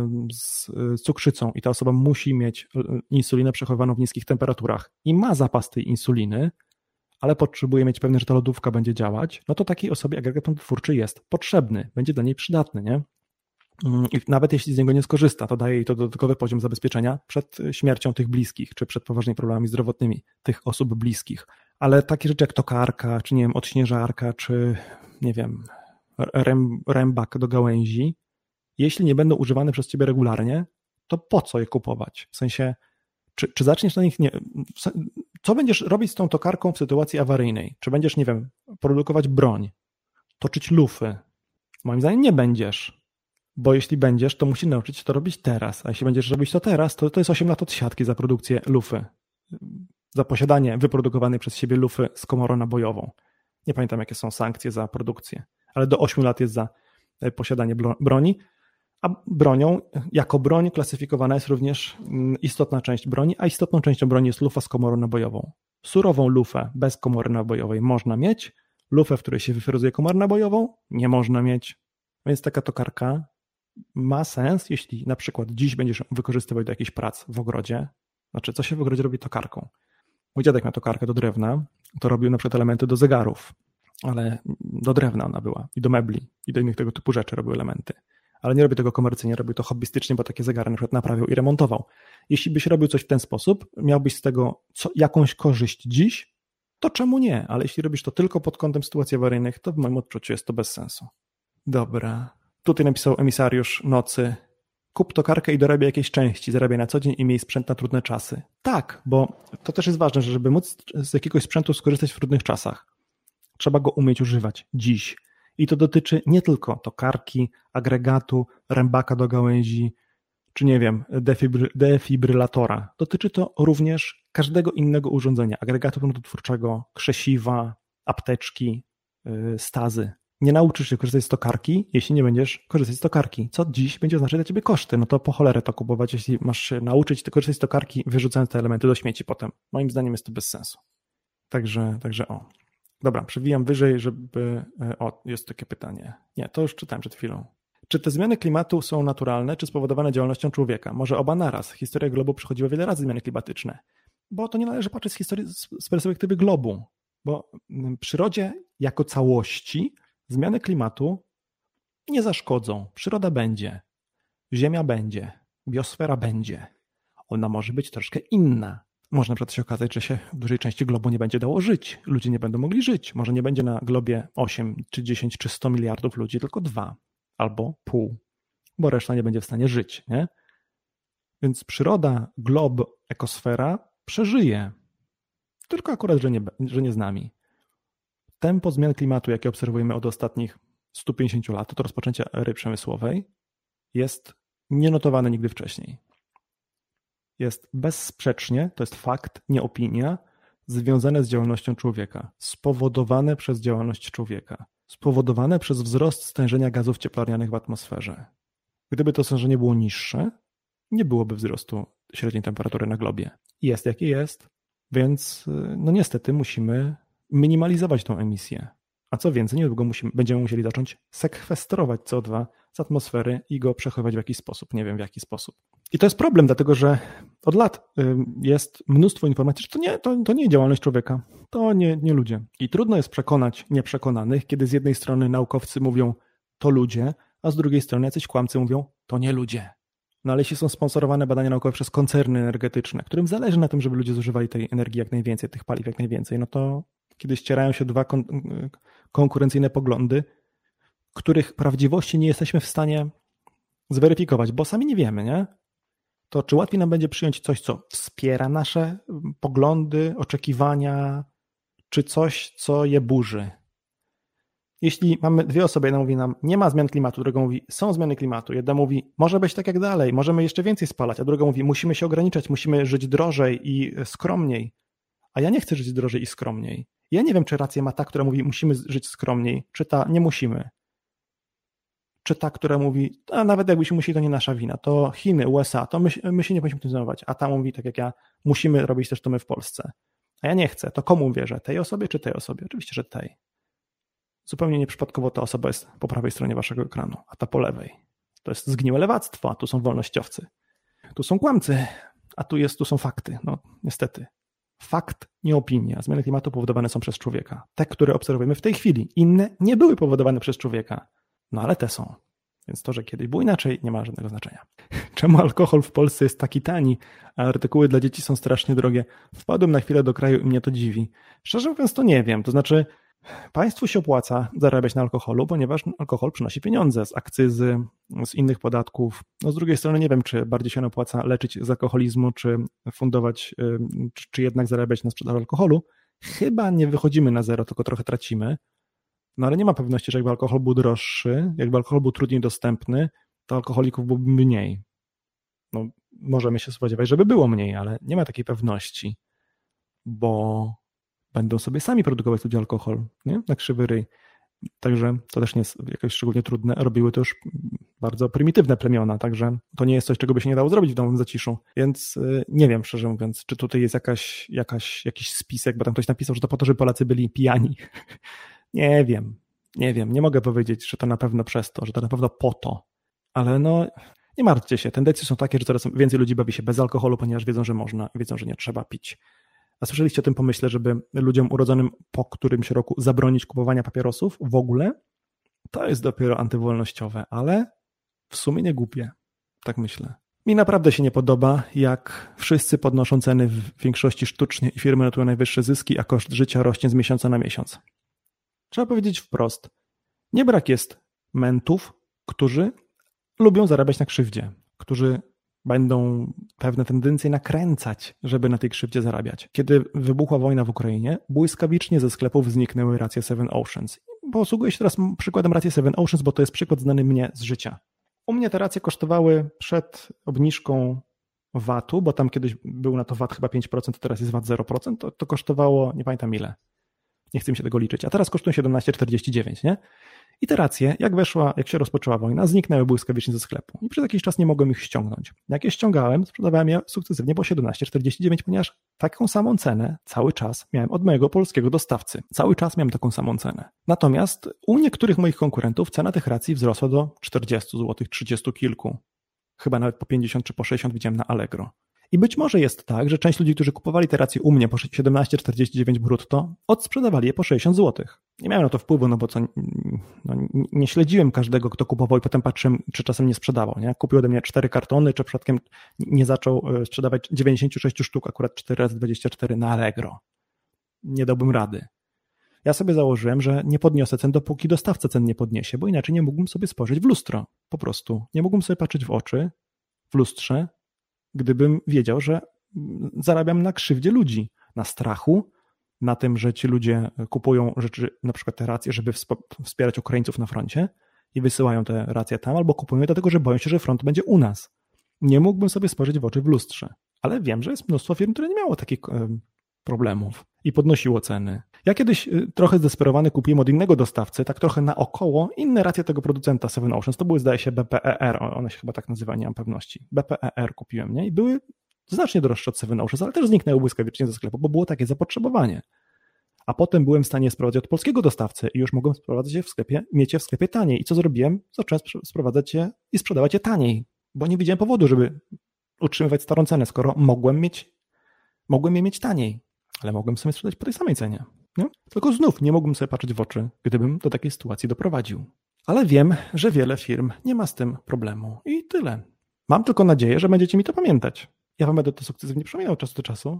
z cukrzycą i ta osoba musi mieć insulinę przechowywaną w niskich temperaturach i ma zapas tej insuliny, ale potrzebuje mieć pewność, że ta lodówka będzie działać, no to takiej osobie agregat prądotwórczy jest potrzebny, będzie dla niej przydatny, nie? I nawet jeśli z niego nie skorzysta, to daje jej to dodatkowy poziom zabezpieczenia przed śmiercią tych bliskich, czy przed poważnymi problemami zdrowotnymi tych osób bliskich. Ale takie rzeczy jak tokarka, czy nie wiem, odśnieżarka, czy nie wiem, ręb, rębak do gałęzi, jeśli nie będą używane przez ciebie regularnie, to po co je kupować? W sensie, czy, czy zaczniesz na nich, nie, co będziesz robić z tą tokarką w sytuacji awaryjnej? Czy będziesz, nie wiem, produkować broń, toczyć lufy? Moim zdaniem nie będziesz. Bo jeśli będziesz, to musisz nauczyć się to robić teraz, a jeśli będziesz robić to teraz, to to jest osiem lat odsiadki za produkcję lufy, za posiadanie wyprodukowanej przez siebie lufy z komorą nabojową. Nie pamiętam, jakie są sankcje za produkcję, ale do ośmiu lat jest za posiadanie broni, a bronią, jako broń klasyfikowana jest również istotna część broni, a istotną częścią broni jest lufa z komorą nabojową. Surową lufę bez komory nabojowej można mieć, lufę, w której się wyfrezuje komorę nabojową, nie można mieć. Więc taka tokarka ma sens, jeśli na przykład dziś będziesz wykorzystywać do jakichś prac w ogrodzie. Znaczy, co się w ogrodzie robi tokarką? Mój dziadek miał tokarkę do drewna, to robił na przykład elementy do zegarów, ale do drewna ona była i do mebli i do innych tego typu rzeczy robił elementy. Ale nie robił tego komercyjnie, robił to hobbystycznie, bo takie zegary na przykład naprawiał i remontował. Jeśli byś robił coś w ten sposób, miałbyś z tego co, jakąś korzyść dziś, to czemu nie? Ale jeśli robisz to tylko pod kątem sytuacji awaryjnych, to w moim odczuciu jest to bez sensu. Dobra. Tutaj napisał emisariusz Nocy. Kup tokarkę i dorabiaj jakieś części, zarabiaj na co dzień i miej sprzęt na trudne czasy. Tak, bo to też jest ważne, że żeby móc z jakiegoś sprzętu skorzystać w trudnych czasach, trzeba go umieć używać dziś. I to dotyczy nie tylko tokarki, agregatu, rębaka do gałęzi, czy nie wiem, defibry, defibrylatora. Dotyczy to również każdego innego urządzenia, agregatu prądotwórczego, krzesiwa, apteczki, yy, stazy. Nie nauczysz się korzystać z tokarki, jeśli nie będziesz korzystać z tokarki, co dziś będzie oznaczać dla ciebie koszty. No to po cholerę to kupować, jeśli masz się nauczyć korzystać z tokarki, wyrzucając te elementy do śmieci potem. Moim zdaniem jest to bez sensu. Także, także o. Dobra, przewijam wyżej, żeby... O, jest takie pytanie. Nie, to już czytałem przed chwilą. Czy te zmiany klimatu są naturalne, czy spowodowane działalnością człowieka? Może oba naraz. Historia globu przechodziła wiele razy zmiany klimatyczne. Bo to nie należy patrzeć z historii z perspektywy globu. Bo w przyrodzie jako całości zmiany klimatu nie zaszkodzą. Przyroda będzie. Ziemia będzie. Biosfera będzie. Ona może być troszkę inna. Może na przykład się okazać, że się w dużej części globu nie będzie dało żyć. Ludzie nie będą mogli żyć. Może nie będzie na globie osiem, czy dziesięć, czy sto miliardów ludzi, tylko dwa. Albo pół. Bo reszta nie będzie w stanie żyć. Nie? Więc przyroda, glob, ekosfera przeżyje. Tylko akurat, że nie, że nie z nami. Tempo zmian klimatu, jakie obserwujemy od ostatnich stu pięćdziesięciu lat, od rozpoczęcia ery przemysłowej, jest nienotowane nigdy wcześniej. Jest bezsprzecznie, to jest fakt, nie opinia, związane z działalnością człowieka, spowodowane przez działalność człowieka, spowodowane przez wzrost stężenia gazów cieplarnianych w atmosferze. Gdyby to stężenie było niższe, nie byłoby wzrostu średniej temperatury na globie. Jest jakie jest, więc no niestety musimy minimalizować tą emisję. A co więcej, niedługo musimy, będziemy musieli zacząć sekwestrować C O dwa z atmosfery i go przechowywać w jakiś sposób. Nie wiem w jaki sposób. I to jest problem, dlatego że od lat jest mnóstwo informacji, że to nie, to, to nie działalność człowieka, to nie, nie ludzie. I trudno jest przekonać nieprzekonanych, kiedy z jednej strony naukowcy mówią to ludzie, a z drugiej strony jacyś kłamcy mówią to nie ludzie. No ale jeśli są sponsorowane badania naukowe przez koncerny energetyczne, którym zależy na tym, żeby ludzie zużywali tej energii jak najwięcej, tych paliw jak najwięcej, no to kiedy ścierają się dwa kon- konkurencyjne poglądy, których prawdziwości nie jesteśmy w stanie zweryfikować, bo sami nie wiemy, nie? To czy łatwiej nam będzie przyjąć coś, co wspiera nasze poglądy, oczekiwania, czy coś, co je burzy? Jeśli mamy dwie osoby, jedna mówi nam, nie ma zmian klimatu, druga mówi, są zmiany klimatu. Jedna mówi, może być tak jak dalej, możemy jeszcze więcej spalać, a druga mówi, musimy się ograniczać, musimy żyć drożej i skromniej. A ja nie chcę żyć drożej i skromniej. Ja nie wiem, czy rację ma ta, która mówi, musimy żyć skromniej, czy ta, nie musimy. Czy ta, która mówi, a nawet jakbyśmy musieli, to nie nasza wina, to Chiny, U S A, to my, my się nie powinniśmy tym zajmować. A ta mówi, tak jak ja, musimy robić też to my w Polsce. A ja nie chcę. To komu wierzę? Tej osobie czy tej osobie? Oczywiście, że tej. zupełnie nieprzypadkowo ta osoba jest po prawej stronie waszego ekranu, a ta po lewej. To jest zgniłe lewactwo, a tu są wolnościowcy. Tu są kłamcy, a tu, jest, tu są fakty. No niestety. Fakt, nie opinia. Zmiany klimatu powodowane są przez człowieka. Te, które obserwujemy w tej chwili. Inne nie były powodowane przez człowieka. No ale te są. Więc to, że kiedyś było inaczej, nie ma żadnego znaczenia. Czemu alkohol w Polsce jest taki tani, a artykuły dla dzieci są strasznie drogie? Wpadłem na chwilę do kraju i mnie to dziwi. Szczerze mówiąc to nie wiem. To znaczy państwu się opłaca zarabiać na alkoholu, ponieważ alkohol przynosi pieniądze z akcyzy, z innych podatków. No z drugiej strony nie wiem, czy bardziej się opłaca leczyć z alkoholizmu, czy fundować, czy, czy jednak zarabiać na sprzedaży alkoholu. Chyba nie wychodzimy na zero, tylko trochę tracimy. No ale nie ma pewności, że jakby alkohol był droższy, jakby alkohol był trudniej dostępny, to alkoholików byłoby mniej. No możemy się spodziewać, żeby było mniej, ale nie ma takiej pewności, bo będą sobie sami produkować ludzie alkohol, nie? Na krzywy ryj. Także to też nie jest jakoś szczególnie trudne. Robiły to już bardzo prymitywne plemiona, także to nie jest coś, czego by się nie dało zrobić w domowym zaciszu. Więc nie wiem, szczerze mówiąc, czy tutaj jest jakaś, jakaś, jakiś spisek, bo tam ktoś napisał, że to po to, żeby Polacy byli pijani. Nie wiem, nie wiem, nie mogę powiedzieć, że to na pewno przez to, że to na pewno po to, ale no nie martwcie się, tendencje są takie, że coraz więcej ludzi bawi się bez alkoholu, ponieważ wiedzą, że można, wiedzą, że nie trzeba pić. A słyszeliście o tym pomyśle, żeby ludziom urodzonym po którymś roku zabronić kupowania papierosów w ogóle? To jest dopiero antywolnościowe, ale w sumie nie głupie, tak myślę. Mi naprawdę się nie podoba, jak wszyscy podnoszą ceny w większości sztucznie i firmy notują najwyższe zyski, a koszt życia rośnie z miesiąca na miesiąc. Trzeba powiedzieć wprost, nie brak jest mentów, którzy lubią zarabiać na krzywdzie, którzy będą pewne tendencje nakręcać, żeby na tej krzywdzie zarabiać. Kiedy wybuchła wojna w Ukrainie, błyskawicznie ze sklepów zniknęły racje Seven Oceans. Posługuję się teraz przykładem racji Seven Oceans, bo to jest przykład znany mnie z życia. U mnie te racje kosztowały przed obniżką vatu, bo tam kiedyś był na to vat chyba pięć procent, teraz jest vat zero procent, to, to kosztowało, nie pamiętam ile. Nie chcę mi się tego liczyć, a teraz kosztują siedemnaście czterdzieści dziewięć, nie? I te racje, jak weszła, jak się rozpoczęła wojna, zniknęły błyskawicznie ze sklepu i przez jakiś czas nie mogłem ich ściągnąć. Jak je ściągałem, sprzedawałem je sukcesywnie po siedemnaście czterdzieści dziewięć, ponieważ taką samą cenę cały czas miałem od mojego polskiego dostawcy. Cały czas miałem taką samą cenę. Natomiast u niektórych moich konkurentów cena tych racji wzrosła do czterdzieści złotych, trzydziestu kilku. Chyba nawet po pięćdziesiąt czy po sześćdziesiąt widziałem na Allegro. I być może jest tak, że część ludzi, którzy kupowali te racje u mnie po siedemnaście czterdzieści dziewięć brutto, odsprzedawali je po sześćdziesiąt złotych. Nie miałem na to wpływu, no bo co, no, nie śledziłem każdego, kto kupował i potem patrzyłem, czy czasem nie sprzedawał. Nie? Kupił ode mnie cztery kartony, czy przypadkiem nie zaczął sprzedawać dziewięćdziesiąt sześć sztuk, akurat cztery razy dwadzieścia cztery na Allegro. Nie dałbym rady. Ja sobie założyłem, że nie podniosę cen, dopóki dostawca cen nie podniesie, bo inaczej nie mógłbym sobie spojrzeć w lustro. Po prostu. Nie mógłbym sobie patrzeć w oczy w lustrze, gdybym wiedział, że zarabiam na krzywdzie ludzi, na strachu, na tym, że ci ludzie kupują rzeczy, na przykład te racje, żeby wspierać Ukraińców na froncie i wysyłają te racje tam, albo kupują je dlatego, że boją się, że front będzie u nas. Nie mógłbym sobie spojrzeć w oczy w lustrze, ale wiem, że jest mnóstwo firm, które nie miało takich problemów i podnosiło ceny. Ja kiedyś trochę zdesperowany kupiłem od innego dostawcy, tak trochę naokoło, inne racje tego producenta Seven Oceans, to były zdaje się B P E R, one się chyba tak nazywa, nie mam pewności. B P E R kupiłem, nie? I były znacznie droższe od Seven Oceans, ale też zniknęły błyskawicznie ze sklepu, bo było takie zapotrzebowanie. A potem byłem w stanie sprowadzać od polskiego dostawcy i już mogłem sprowadzać je w sklepie, mieć je w sklepie taniej. I co zrobiłem? Zacząłem sprowadzać je i sprzedawać je taniej, bo nie widziałem powodu, żeby utrzymywać starą cenę, skoro mogłem mieć, mogłem je mieć taniej, ale mogłem sobie sprzedać po tej samej cenie. Nie? Tylko znów nie mógłbym sobie patrzeć w oczy, gdybym do takiej sytuacji doprowadził. Ale wiem, że wiele firm nie ma z tym problemu i tyle. Mam tylko nadzieję, że będziecie mi to pamiętać. Ja wam będę to sukcesywnie przypominał od czasu do czasu,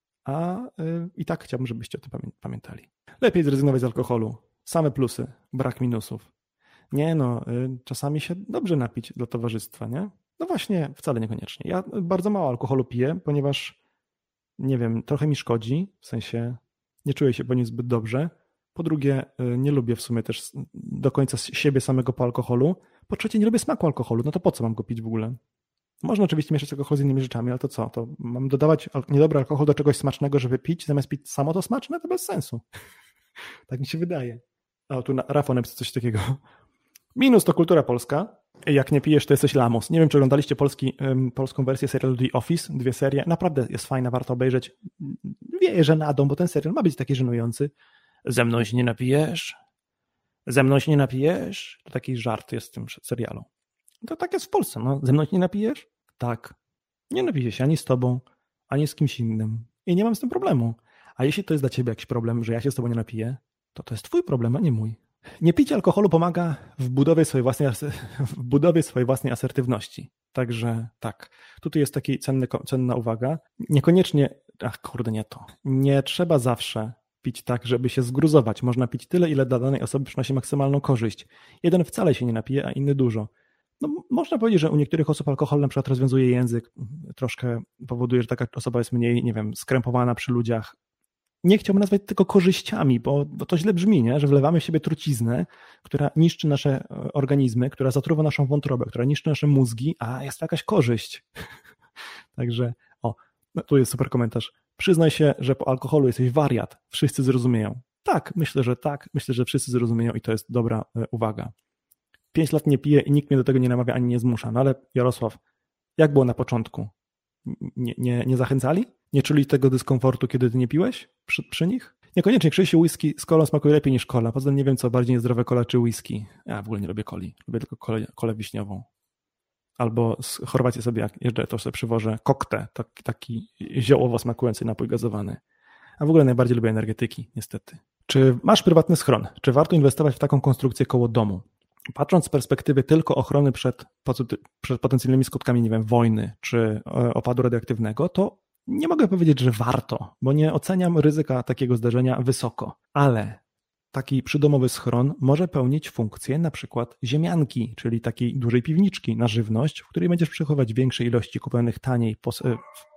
a yy, i tak chciałbym, żebyście o tym pamiętali. Lepiej zrezygnować z alkoholu. Same plusy, brak minusów. Nie no, yy, czasami się dobrze napić dla towarzystwa, nie? No właśnie, wcale niekoniecznie. Ja bardzo mało alkoholu piję, ponieważ nie wiem, trochę mi szkodzi, w sensie nie czuję się po nim zbyt dobrze. Po drugie, nie lubię w sumie też do końca siebie samego po alkoholu. Po trzecie, nie lubię smaku alkoholu, no to po co mam go pić w ogóle? Można oczywiście mieszać alkohol z innymi rzeczami, ale to co? To mam dodawać niedobry alkohol do czegoś smacznego, żeby pić, zamiast pić samo to smaczne? To bez sensu. Tak mi się wydaje. O, tu Rafał napisał coś takiego. Minus to kultura polska. Jak nie pijesz, to jesteś lamus. Nie wiem, czy oglądaliście polski, um, polską wersję serialu The Office, dwie serie. Naprawdę jest fajna, warto obejrzeć. Wieję żenadą, bo ten serial ma być taki żenujący. Ze mną się nie napijesz? Ze mną się nie napijesz? To taki żart jest w tym serialu. To tak jest w Polsce, no. Ze mną się nie napijesz? Tak. Nie napiję się ani z tobą, ani z kimś innym. I nie mam z tym problemu. A jeśli to jest dla ciebie jakiś problem, że ja się z tobą nie napiję, to to jest twój problem, a nie mój. Nie picie alkoholu pomaga w budowie swojej własnej, w budowie swojej własnej asertywności. Także tak, tutaj jest taka cenna uwaga. Niekoniecznie, ach kurde, nie to. Nie trzeba zawsze pić tak, żeby się zgruzować. Można pić tyle, ile dla danej osoby przynosi maksymalną korzyść. Jeden wcale się nie napije, a inny dużo. No, można powiedzieć, że u niektórych osób alkohol na przykład rozwiązuje język, troszkę powoduje, że taka osoba jest mniej, nie wiem, skrępowana przy ludziach. Nie chciałbym nazwać tylko korzyściami, bo, bo to źle brzmi, nie? Że wlewamy w siebie truciznę, która niszczy nasze organizmy, która zatruwa naszą wątrobę, która niszczy nasze mózgi, a jest to jakaś korzyść. Także, o, no tu jest super komentarz. Przyznaj się, że po alkoholu jesteś wariat. Wszyscy zrozumieją. Tak, myślę, że tak. Myślę, że wszyscy zrozumieją i to jest dobra uwaga. Pięć lat nie piję i nikt mnie do tego nie namawia ani nie zmusza. No ale Jarosław, jak było na początku? Nie, nie, nie zachęcali? Nie czuli tego dyskomfortu, kiedy ty nie piłeś przy, przy nich? Niekoniecznie. Krzysiu, whisky z kolą smakuje lepiej niż kola. Poza tym nie wiem, co bardziej niezdrowe, kola czy whisky. Ja w ogóle nie lubię coli. Lubię tylko kolę, kolę wiśniową. Albo z Chorwacji sobie, jak jeżdżę, to sobie przywożę koktę, taki, taki ziołowo smakujący napój gazowany. A w ogóle najbardziej lubię energetyki, niestety. Czy masz prywatny schron? Czy warto inwestować w taką konstrukcję koło domu? Patrząc z perspektywy tylko ochrony przed, przed potencjalnymi skutkami, nie wiem, wojny czy opadu radioaktywnego, to nie mogę powiedzieć, że warto, bo nie oceniam ryzyka takiego zdarzenia wysoko, ale taki przydomowy schron może pełnić funkcję na przykład ziemianki, czyli takiej dużej piwniczki na żywność, w której będziesz przechowywać większe ilości kupionych taniej, pos-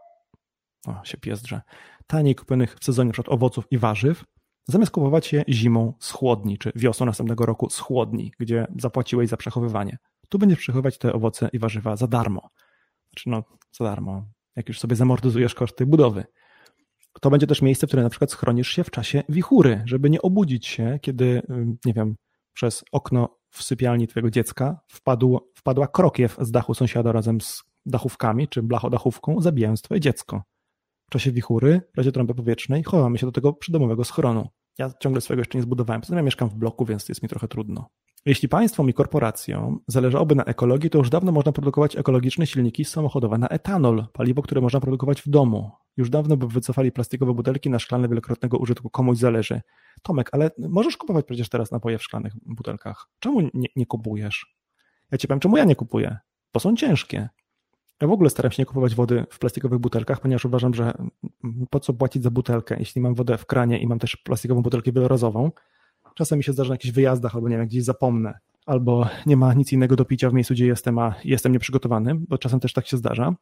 o, się pies drze, taniej kupionych w sezonie np. owoców i warzyw, zamiast kupować je zimą z chłodni, czy wiosną następnego roku z chłodni, gdzie zapłaciłeś za przechowywanie. Tu będziesz przechowywać te owoce i warzywa za darmo. Znaczy no, za darmo, jak już sobie zamortyzujesz koszty budowy. To będzie też miejsce, w którym na przykład schronisz się w czasie wichury, żeby nie obudzić się, kiedy, nie wiem, przez okno w sypialni twojego dziecka wpadł, wpadła krokiew z dachu sąsiada razem z dachówkami, czy blachodachówką, zabijając twoje dziecko. W czasie wichury, w razie trąby powietrznej, chowamy się do tego przydomowego schronu. Ja ciągle swojego jeszcze nie zbudowałem, poza tym ja mieszkam w bloku, więc jest mi trochę trudno. Jeśli państwom i korporacjom zależałoby na ekologii, to już dawno można produkować ekologiczne silniki samochodowe na etanol, paliwo, które można produkować w domu. Już dawno by wycofali plastikowe butelki na szklane wielokrotnego użytku, komuś zależy. Tomek, ale możesz kupować przecież teraz napoje w szklanych butelkach. Czemu nie, nie kupujesz? Ja ci powiem, czemu ja nie kupuję? Bo są ciężkie. Ja w ogóle staram się nie kupować wody w plastikowych butelkach, ponieważ uważam, że po co płacić za butelkę, jeśli mam wodę w kranie i mam też plastikową butelkę wielorazową. Czasem mi się zdarza na jakichś wyjazdach, albo nie wiem, gdzieś zapomnę, albo nie ma nic innego do picia w miejscu, gdzie jestem, a jestem nieprzygotowany, bo czasem też tak się zdarza,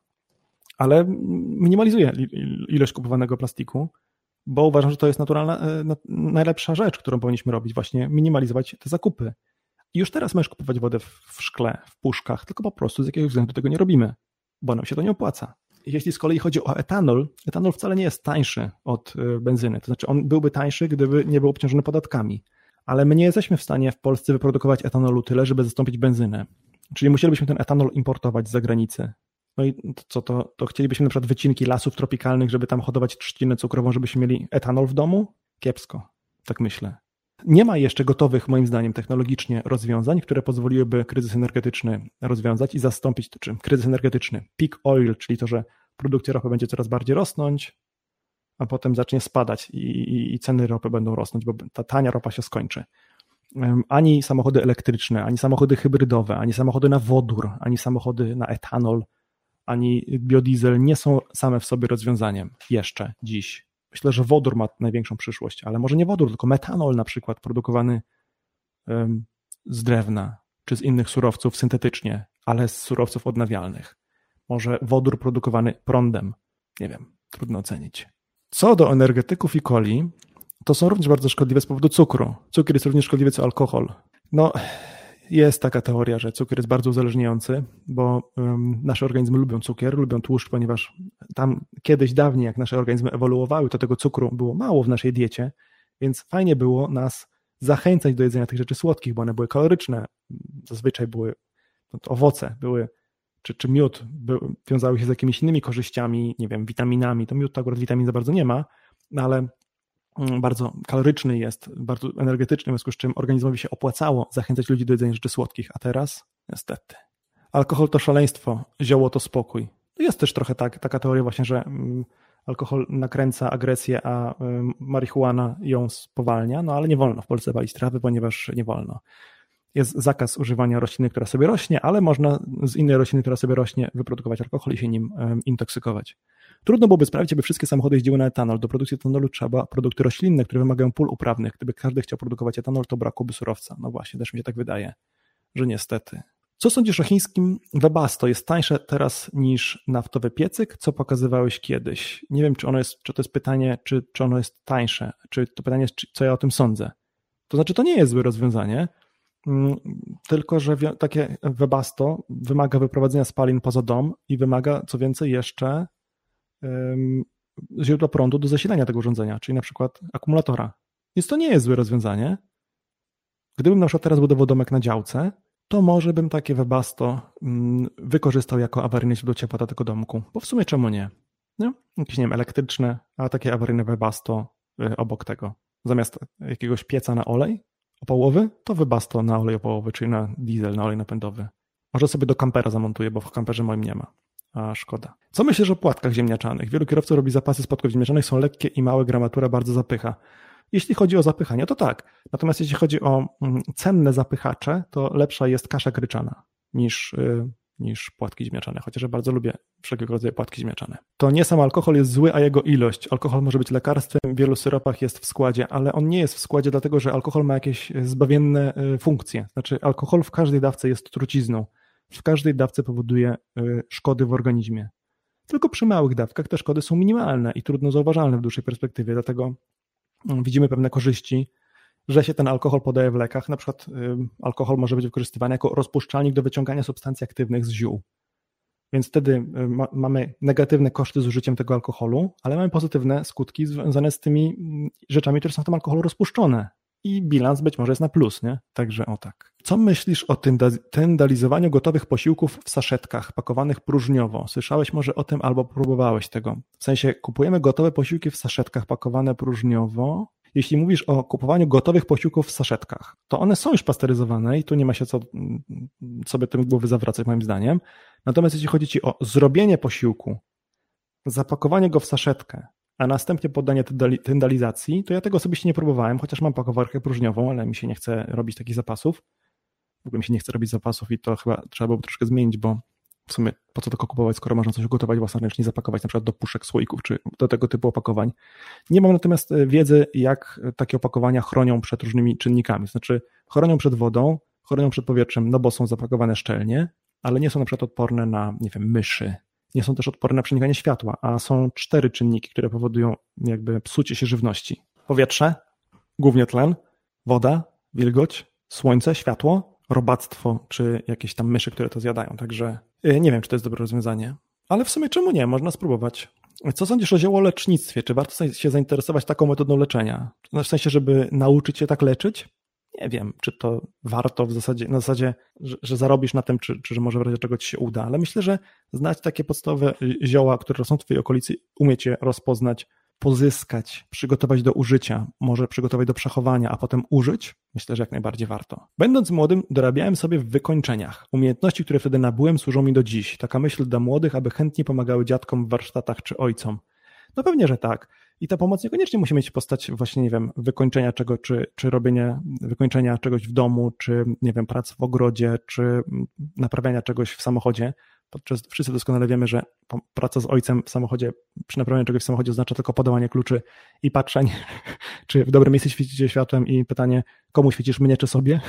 ale minimalizuję ilość kupowanego plastiku, bo uważam, że to jest naturalna, najlepsza rzecz, którą powinniśmy robić, właśnie minimalizować te zakupy. I już teraz możesz kupować wodę w szkle, w puszkach, tylko po prostu z jakiegoś względu tego nie robimy, bo nam się to nie opłaca. Jeśli z kolei chodzi o etanol, etanol wcale nie jest tańszy od benzyny, to znaczy on byłby tańszy, gdyby nie był obciążony podatkami, ale my nie jesteśmy w stanie w Polsce wyprodukować etanolu tyle, żeby zastąpić benzynę, czyli musielibyśmy ten etanol importować z zagranicy. No i co to, to chcielibyśmy na przykład wycinki lasów tropikalnych, żeby tam hodować trzcinę cukrową, żebyśmy mieli etanol w domu? Kiepsko, tak myślę. Nie ma jeszcze gotowych, moim zdaniem, technologicznie rozwiązań, które pozwoliłyby kryzys energetyczny rozwiązać i zastąpić, to czym? Kryzys energetyczny, peak oil, czyli to, że produkcja ropy będzie coraz bardziej rosnąć, a potem zacznie spadać i, i, i ceny ropy będą rosnąć, bo ta tania ropa się skończy. Ani samochody elektryczne, ani samochody hybrydowe, ani samochody na wodór, ani samochody na etanol, ani biodiesel nie są same w sobie rozwiązaniem jeszcze dziś. Myślę, że wodór ma największą przyszłość, ale może nie wodór, tylko metanol na przykład produkowany um, z drewna czy z innych surowców syntetycznie, ale z surowców odnawialnych. Może wodór produkowany prądem. Nie wiem, trudno ocenić. Co do energetyków i coli, to są również bardzo szkodliwe z powodu cukru. Cukier jest również szkodliwy co alkohol. No, jest taka teoria, że cukier jest bardzo uzależniający, bo um, nasze organizmy lubią cukier, lubią tłuszcz, ponieważ tam kiedyś dawniej, jak nasze organizmy ewoluowały, to tego cukru było mało w naszej diecie, więc fajnie było nas zachęcać do jedzenia tych rzeczy słodkich, bo one były kaloryczne. Zazwyczaj były no, owoce, były, czy, czy miód by, wiązały się z jakimiś innymi korzyściami, nie wiem, witaminami. To miód to akurat witamin za bardzo nie ma, no ale bardzo kaloryczny jest, bardzo energetyczny, w związku z czym organizmowi się opłacało zachęcać ludzi do jedzenia rzeczy słodkich, a teraz niestety. Alkohol to szaleństwo, zioło to spokój. Jest też trochę tak, taka teoria właśnie, że alkohol nakręca agresję, a marihuana ją spowalnia, no ale nie wolno w Polsce palić trawy, ponieważ nie wolno. Jest zakaz używania rośliny, która sobie rośnie, ale można z innej rośliny, która sobie rośnie, wyprodukować alkohol i się nim intoksykować. Trudno byłoby sprawić, aby wszystkie samochody jeździły na etanol. Do produkcji etanolu trzeba produkty roślinne, które wymagają pól uprawnych. Gdyby każdy chciał produkować etanol, to brakłoby surowca. No właśnie, też mi się tak wydaje, że niestety. Co sądzisz o chińskim Webasto? Jest tańsze teraz niż naftowy piecyk? Co pokazywałeś kiedyś? Nie wiem, czy ono jest, czy to jest pytanie, czy, czy ono jest tańsze, czy to pytanie jest, co ja o tym sądzę. To znaczy, to nie jest złe rozwiązanie, tylko że takie Webasto wymaga wyprowadzenia spalin poza dom i wymaga, co więcej, jeszcze um, źródła prądu do zasilania tego urządzenia, czyli na przykład akumulatora. Więc to nie jest złe rozwiązanie. Gdybym na przykład teraz budował domek na działce, to może bym takie Webasto wykorzystał jako awaryjne źródło ciepła do tego domku, bo w sumie czemu nie? nie? Jakieś, nie wiem, elektryczne, a takie awaryjne Webasto obok tego. Zamiast jakiegoś pieca na olej opałowy, to Webasto na olej opałowy, czyli na diesel, na olej napędowy. Może sobie do kampera zamontuję, bo w kamperze moim nie ma. A szkoda. Co myślisz o płatkach ziemniaczanych? Wielu kierowców robi zapasy z płatków ziemniaczanych, są lekkie i małe, gramatura bardzo zapycha. Jeśli chodzi o zapychanie, to tak. Natomiast jeśli chodzi o cenne zapychacze, to lepsza jest kasza gryczana niż, yy, niż płatki ziemniaczane, chociaż ja bardzo lubię wszelkiego rodzaju płatki ziemniaczane. To nie sam alkohol jest zły, a jego ilość. Alkohol może być lekarstwem, w wielu syropach jest w składzie, ale on nie jest w składzie dlatego, że alkohol ma jakieś zbawienne funkcje. Znaczy alkohol w każdej dawce jest trucizną. W każdej dawce powoduje szkody w organizmie. Tylko przy małych dawkach te szkody są minimalne i trudno zauważalne w dłuższej perspektywie, dlatego widzimy pewne korzyści, że się ten alkohol podaje w lekach. Na przykład alkohol może być wykorzystywany jako rozpuszczalnik do wyciągania substancji aktywnych z ziół. Więc wtedy ma, mamy negatywne koszty z użyciem tego alkoholu, ale mamy pozytywne skutki związane z tymi rzeczami, które są w tym alkoholu rozpuszczone. I bilans być może jest na plus, nie? Także o tak. Co myślisz o tym tyndalizowaniu gotowych posiłków w saszetkach, pakowanych próżniowo? Słyszałeś może o tym albo próbowałeś tego? W sensie kupujemy gotowe posiłki w saszetkach pakowane próżniowo. Jeśli mówisz o kupowaniu gotowych posiłków w saszetkach, to one są już pasteryzowane i tu nie ma się co sobie tym głowy zawracać moim zdaniem. Natomiast jeśli chodzi ci o zrobienie posiłku, zapakowanie go w saszetkę, a następnie poddanie tyndalizacji, to ja tego osobiście nie próbowałem, chociaż mam pakowarkę próżniową, ale mi się nie chce robić takich zapasów. W ogóle mi się nie chce robić zapasów i to chyba trzeba byłoby troszkę zmienić, bo w sumie po co tylko kupować, skoro można coś ugotować własnoręcznie, zapakować na przykład do puszek, słoików czy do tego typu opakowań. Nie mam natomiast wiedzy, jak takie opakowania chronią przed różnymi czynnikami. Znaczy chronią przed wodą, chronią przed powietrzem, no bo są zapakowane szczelnie, ale nie są na przykład odporne na, nie wiem, myszy. Nie są też odporne na przenikanie światła, a są cztery czynniki, które powodują jakby psucie się żywności. Powietrze, głównie tlen, woda, wilgoć, słońce, światło, robactwo, czy jakieś tam myszy, które to zjadają. Także nie wiem, czy to jest dobre rozwiązanie. Ale w sumie czemu nie? Można spróbować. Co sądzisz o ziołolecznictwie? Czy warto się zainteresować taką metodą leczenia? W sensie, żeby nauczyć się tak leczyć? Nie wiem, czy to warto w zasadzie, na zasadzie, że, że zarobisz na tym, czy, czy że może w razie czego ci się uda, ale myślę, że znać takie podstawowe zioła, które są w twojej okolicy, umieć je rozpoznać, pozyskać, przygotować do użycia, może przygotować do przechowania, a potem użyć, myślę, że jak najbardziej warto. Będąc młodym, dorabiałem sobie w wykończeniach. Umiejętności, które wtedy nabyłem, służą mi do dziś. Taka myśl dla młodych, aby chętnie pomagały dziadkom w warsztatach czy ojcom. No pewnie, że tak. I ta pomoc niekoniecznie musi mieć postać właśnie, nie wiem, wykończenia czego, czy, czy robienia, wykończenia czegoś w domu, czy, nie wiem, prac w ogrodzie, czy naprawiania czegoś w samochodzie. Podczas wszyscy doskonale wiemy, że praca z ojcem w samochodzie, przy naprawianiu czegoś w samochodzie oznacza tylko podawanie kluczy i patrzenie, czy w dobrym miejscu świecicie światłem i pytanie, komu świecisz, mnie czy sobie?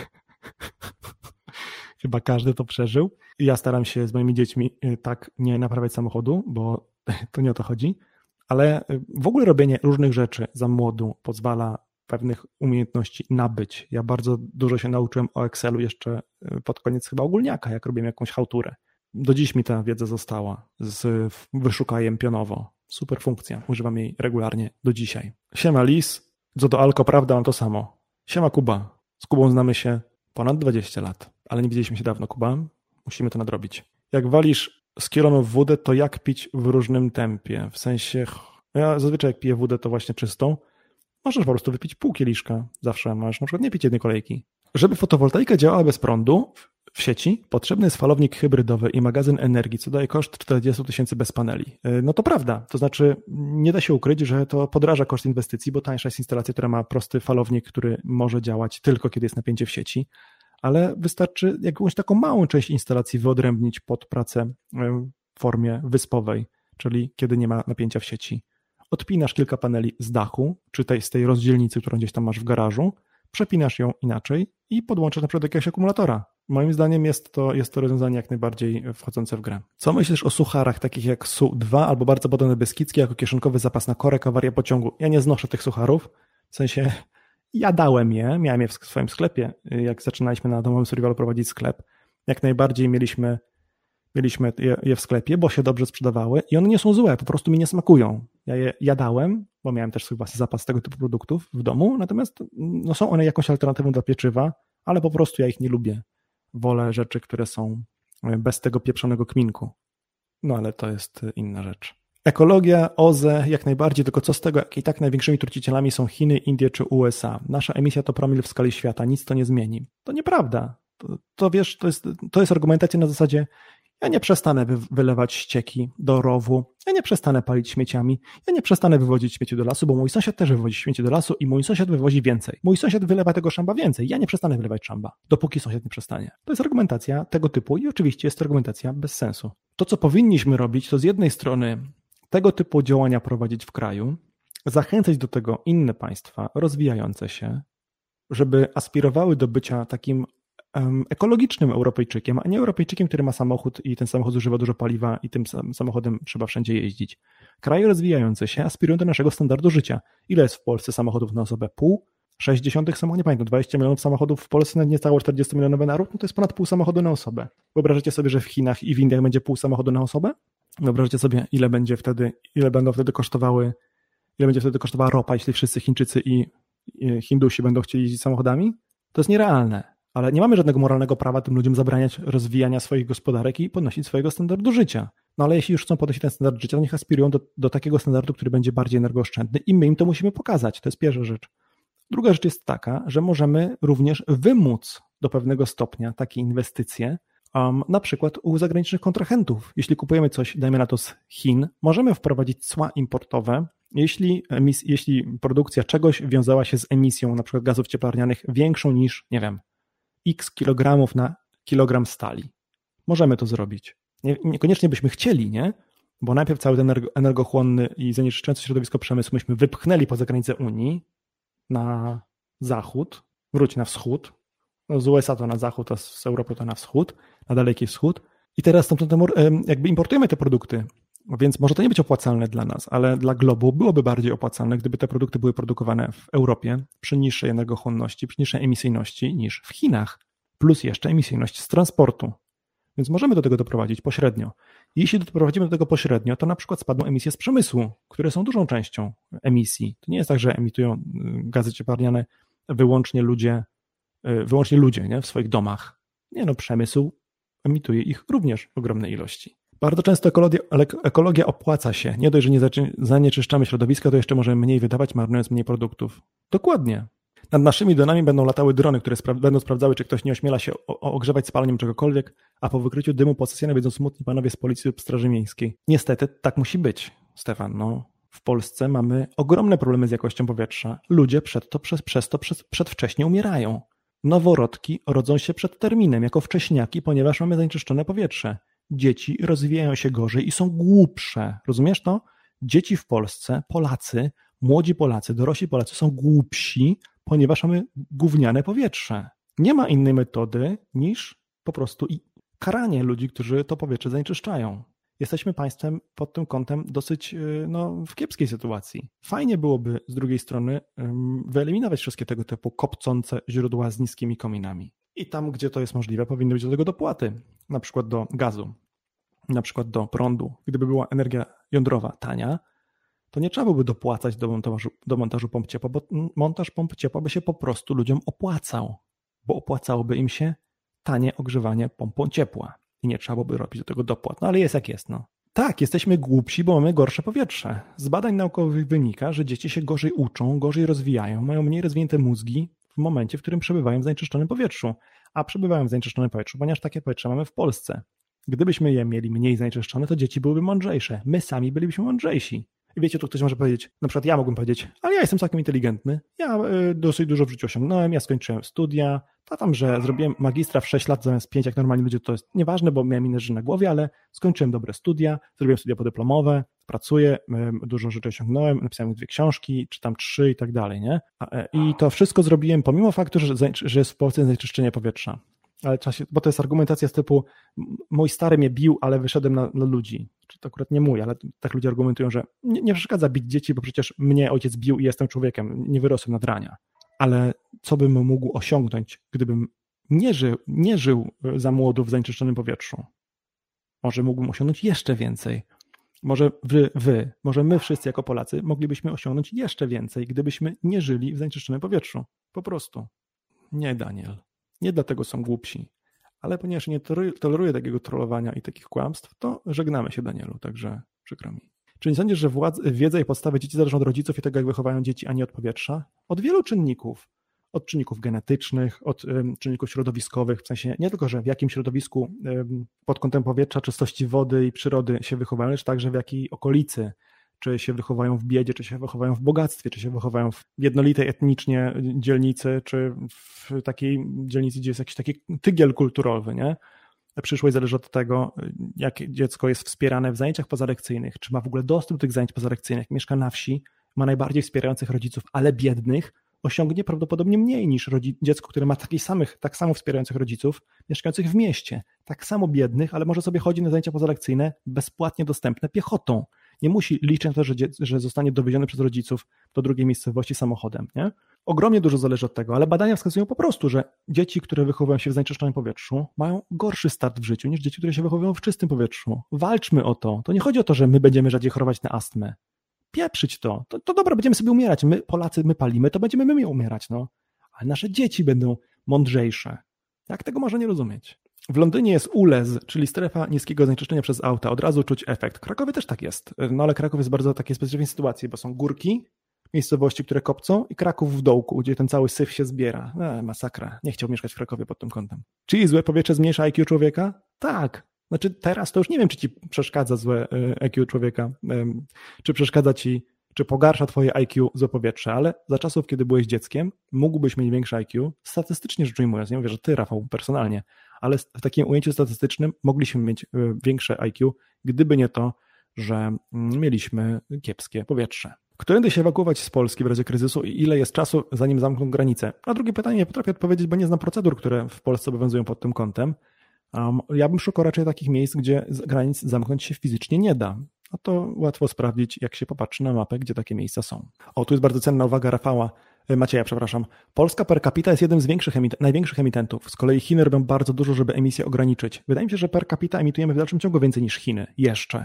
Chyba każdy to przeżył. I ja staram się z moimi dziećmi tak nie naprawiać samochodu, bo to nie o to chodzi. Ale w ogóle robienie różnych rzeczy za młodu pozwala pewnych umiejętności nabyć. Ja bardzo dużo się nauczyłem o Excelu jeszcze pod koniec chyba ogólniaka, jak robiłem jakąś chałturę. Do dziś mi ta wiedza została z wyszukajem pionowo. Super funkcja, używam jej regularnie do dzisiaj. Siema Lis, co do Alko, prawda, mam to samo. Siema Kuba, z Kubą znamy się ponad dwadzieścia lat, ale nie widzieliśmy się dawno, Kuba. Musimy to nadrobić. Jak walisz z kielonu w wódę, to jak pić w różnym tempie? W sensie, ja zazwyczaj jak piję wódę, to właśnie czystą, Możesz po prostu wypić pół kieliszka zawsze, możesz na przykład nie pić jednej kolejki. Żeby fotowoltaika działała bez prądu w sieci, potrzebny jest falownik hybrydowy i magazyn energii, co daje koszt czterdzieści tysięcy bez paneli. No to prawda, to znaczy nie da się ukryć, że to podraża koszt inwestycji, bo tańsza jest instalacja, która ma prosty falownik, który może działać tylko kiedy jest napięcie w sieci, ale wystarczy jakąś taką małą część instalacji wyodrębnić pod pracę w formie wyspowej, czyli kiedy nie ma napięcia w sieci. Odpinasz kilka paneli z dachu, czy tej, z tej rozdzielnicy, którą gdzieś tam masz w garażu, przepinasz ją inaczej i podłączasz na przykład do jakiegoś akumulatora. Moim zdaniem jest to, jest to rozwiązanie jak najbardziej wchodzące w grę. Co myślisz o sucharach takich jak S U dwa albo bardzo podane beskidzkie jako kieszonkowy zapas na korek, awaria pociągu? Ja nie znoszę tych sucharów, w sensie ja dałem je, miałem je w swoim sklepie, jak zaczynaliśmy na domowym survivalu prowadzić sklep. Jak najbardziej mieliśmy, mieliśmy je, je w sklepie, bo się dobrze sprzedawały i one nie są złe, po prostu mi nie smakują. Ja je jadałem, bo miałem też chyba zapas tego typu produktów w domu, natomiast no, są one jakąś alternatywą dla pieczywa, ale po prostu ja ich nie lubię. Wolę rzeczy, które są bez tego pieprzonego kminku. No ale to jest inna rzecz. Ekologia, O Z E, jak najbardziej, tylko co z tego, jak i tak największymi trucicielami są Chiny, Indie czy U S A. Nasza emisja to promil w skali świata, nic to nie zmieni. To nieprawda. To, to wiesz, to jest, to jest argumentacja na zasadzie ja nie przestanę wy, wylewać ścieki do rowu, ja nie przestanę palić śmieciami, ja nie przestanę wywozić śmieci do lasu, bo mój sąsiad też wywozi śmieci do lasu i mój sąsiad wywozi więcej. Mój sąsiad wylewa tego szamba więcej, ja nie przestanę wylewać szamba, dopóki sąsiad nie przestanie. To jest argumentacja tego typu i oczywiście jest to argumentacja bez sensu. To, co powinniśmy robić, to z jednej strony tego typu działania prowadzić w kraju, zachęcać do tego inne państwa rozwijające się, żeby aspirowały do bycia takim ekologicznym Europejczykiem, a nie Europejczykiem, który ma samochód i ten samochód zużywa dużo paliwa i tym samochodem trzeba wszędzie jeździć. Kraje rozwijające się aspirują do naszego standardu życia. Ile jest w Polsce samochodów na osobę? Pół? sześćdziesiąt samochodów? Nie pamiętam, dwadzieścia milionów samochodów w Polsce na niecałe czterdziestomilionowy naród? No to jest ponad pół samochodu na osobę. Wyobrażacie sobie, że w Chinach i w Indiach będzie pół samochodu na osobę? Wyobraźcie sobie, ile będzie wtedy, ile będą wtedy kosztowały, ile będzie wtedy kosztowała ropa, jeśli wszyscy Chińczycy i Hindusi będą chcieli jeździć samochodami? To jest nierealne. Ale nie mamy żadnego moralnego prawa tym ludziom zabraniać rozwijania swoich gospodarek i podnosić swojego standardu życia. No ale jeśli już chcą podnosić ten standard życia, to niech aspirują do, do takiego standardu, który będzie bardziej energooszczędny i my im to musimy pokazać. To jest pierwsza rzecz. Druga rzecz jest taka, że możemy również wymóc do pewnego stopnia takie inwestycje, um, na przykład u zagranicznych kontrahentów. Jeśli kupujemy coś, dajmy na to z Chin, możemy wprowadzić cła importowe, jeśli, emis, jeśli produkcja czegoś wiązała się z emisją na przykład gazów cieplarnianych większą niż, nie wiem, x kilogramów na kilogram stali. Możemy to zrobić. Nie, niekoniecznie byśmy chcieli, nie? Bo najpierw cały ten energo, energochłonny i zanieczyszczający środowisko przemysł myśmy wypchnęli poza granicę Unii na zachód, wróć na wschód, no z U S A to na zachód, a z Europy to na wschód, na daleki wschód i teraz stamtąd jakby importujemy te produkty, więc może to nie być opłacalne dla nas, ale dla globu byłoby bardziej opłacalne, gdyby te produkty były produkowane w Europie przy niższej energochłonności, przy niższej emisyjności niż w Chinach, plus jeszcze emisyjność z transportu. Więc możemy do tego doprowadzić pośrednio. Jeśli doprowadzimy do tego pośrednio, to na przykład spadną emisje z przemysłu, które są dużą częścią emisji. To nie jest tak, że emitują gazy cieplarniane wyłącznie ludzie, wyłącznie ludzie, nie? W swoich domach. Nie no, przemysł emituje ich również w ogromnej ilości. Bardzo często ekologia, ekologia opłaca się. Nie dość, że nie zanieczyszczamy środowiska, to jeszcze możemy mniej wydawać, marnując mniej produktów. Dokładnie. Nad naszymi domami będą latały drony, które spra- będą sprawdzały, czy ktoś nie ośmiela się o- ogrzewać spaleniem czegokolwiek, a po wykryciu dymu posesjone będą smutni panowie z policji lub straży miejskiej. Niestety tak musi być, Stefan. No, w Polsce mamy ogromne problemy z jakością powietrza. Ludzie przed to, przez, przez to przez, przedwcześnie umierają. Noworodki rodzą się przed terminem, jako wcześniaki, ponieważ mamy zanieczyszczone powietrze. Dzieci rozwijają się gorzej i są głupsze. Rozumiesz to? Dzieci w Polsce, Polacy, młodzi Polacy, dorośli Polacy są głupsi, ponieważ mamy gówniane powietrze. Nie ma innej metody niż po prostu i karanie ludzi, którzy to powietrze zanieczyszczają. Jesteśmy państwem pod tym kątem dosyć no, w kiepskiej sytuacji. Fajnie byłoby z drugiej strony wyeliminować wszystkie tego typu kopcące źródła z niskimi kominami. I tam, gdzie to jest możliwe, powinny być do tego dopłaty, na przykład do gazu, na przykład do prądu. Gdyby była energia jądrowa tania, to nie trzeba byłoby dopłacać do montażu, do montażu pomp ciepła, bo montaż pomp ciepła by się po prostu ludziom opłacał, bo opłacałoby im się tanie ogrzewanie pompą ciepła i nie trzeba byłoby robić do tego dopłat. No ale jest jak jest. No. Tak, jesteśmy głupsi, bo mamy gorsze powietrze. Z badań naukowych wynika, że dzieci się gorzej uczą, gorzej rozwijają, mają mniej rozwinięte mózgi w momencie, w którym przebywają w zanieczyszczonym powietrzu. A przebywają w zanieczyszczonym powietrzu, ponieważ takie powietrze mamy w Polsce. Gdybyśmy je mieli mniej zanieczyszczone, to dzieci byłyby mądrzejsze. My sami bylibyśmy mądrzejsi. I wiecie, tu ktoś może powiedzieć, na przykład ja mógłbym powiedzieć, ale ja jestem całkiem inteligentny, ja y, dosyć dużo w życiu osiągnąłem, ja skończyłem studia, to tam, że zrobiłem magistra w sześć lat zamiast pięć, jak normalni ludzie, to jest nieważne, bo miałem inne rzeczy na głowie, ale skończyłem dobre studia, zrobiłem studia podyplomowe, pracuję, y, dużo rzeczy osiągnąłem, napisałem dwie książki, czy tam trzy i tak dalej, nie? A, y, I to wszystko zrobiłem pomimo faktu, że, że jest w Polsce zanieczyszczenie powietrza. Ale czasie, bo to jest argumentacja z typu mój stary mnie bił, ale wyszedłem na, na ludzi. Czy to akurat nie mój, ale tak ludzie argumentują, że nie, nie przeszkadza bić dzieci, bo przecież mnie ojciec bił i jestem człowiekiem, nie wyrosłem nad rania. Ale co bym mógł osiągnąć, gdybym nie żył, nie żył za młodu w zanieczyszczonym powietrzu? Może mógłbym osiągnąć jeszcze więcej. Może wy, wy, może my wszyscy jako Polacy moglibyśmy osiągnąć jeszcze więcej, gdybyśmy nie żyli w zanieczyszczonym powietrzu. Po prostu. Nie, Daniel. Nie dlatego są głupsi, ale ponieważ nie toleruję takiego trollowania i takich kłamstw, to żegnamy się, Danielu, także przykro mi. Czy nie sądzisz, że władz, wiedza i podstawy dzieci zależą od rodziców i tego, jak wychowają dzieci, a nie od powietrza? Od wielu czynników. Od czynników genetycznych, od um, czynników środowiskowych, w sensie nie tylko, że w jakim środowisku um, pod kątem powietrza, czystości wody i przyrody się wychowają, lecz także w jakiej okolicy, czy się wychowają w biedzie, czy się wychowają w bogactwie, czy się wychowają w jednolitej etnicznie dzielnicy, czy w takiej dzielnicy, gdzie jest jakiś taki tygiel kulturowy, nie? Przyszłość zależy od tego, jak dziecko jest wspierane w zajęciach pozalekcyjnych, czy ma w ogóle dostęp do tych zajęć pozalekcyjnych, mieszka na wsi, ma najbardziej wspierających rodziców, ale biednych, osiągnie prawdopodobnie mniej niż rodzi- dziecko, które ma takich samych, tak samo wspierających rodziców, mieszkających w mieście, tak samo biednych, ale może sobie chodzi na zajęcia pozalekcyjne bezpłatnie dostępne piechotą. Nie musi liczyć na to, że, dzie- że zostanie dowieziony przez rodziców do drugiej miejscowości samochodem. Nie? Ogromnie dużo zależy od tego, ale badania wskazują po prostu, że dzieci, które wychowują się w zanieczyszczonym powietrzu, mają gorszy start w życiu niż dzieci, które się wychowują w czystym powietrzu. Walczmy o to. To nie chodzi o to, że my będziemy rzadziej chorować na astmę. Pieprzyć to. To, to dobra, będziemy sobie umierać. My, Polacy, my palimy, to będziemy my umierać. No. Ale nasze dzieci będą mądrzejsze. Jak tego można nie rozumieć? W Londynie jest U L E Z, czyli strefa niskiego zanieczyszczenia przez auta. Od razu czuć efekt. W Krakowie też tak jest. No ale Kraków jest bardzo takiej specyficznej sytuacji, bo są górki, miejscowości, które kopcą i Kraków w dołku, gdzie ten cały syf się zbiera. E, masakra. Nie chciał mieszkać w Krakowie pod tym kątem. Czy złe powietrze zmniejsza I Q człowieka? Tak. Znaczy teraz to już nie wiem, czy ci przeszkadza złe I Q człowieka, czy przeszkadza ci, czy pogarsza twoje I Q złe powietrze, ale za czasów, kiedy byłeś dzieckiem, mógłbyś mieć większe I Q, statystycznie rzecz ujmując, nie mówię, że ty, Rafał, personalnie, ale w takim ujęciu statystycznym mogliśmy mieć większe I Q, gdyby nie to, że mieliśmy kiepskie powietrze. Którędy się ewakuować z Polski w razie kryzysu i ile jest czasu, zanim zamkną granicę? Na drugie pytanie nie potrafię odpowiedzieć, bo nie znam procedur, które w Polsce obowiązują pod tym kątem. Um, ja bym szukał raczej takich miejsc, gdzie granic zamknąć się fizycznie nie da. A to łatwo sprawdzić, jak się popatrzy na mapę, gdzie takie miejsca są. O, tu jest bardzo cenna uwaga Rafała, Macieja, przepraszam. Polska per capita jest jednym z większych emit- największych emitentów. Z kolei Chiny robią bardzo dużo, żeby emisję ograniczyć. Wydaje mi się, że per capita emitujemy w dalszym ciągu więcej niż Chiny. Jeszcze.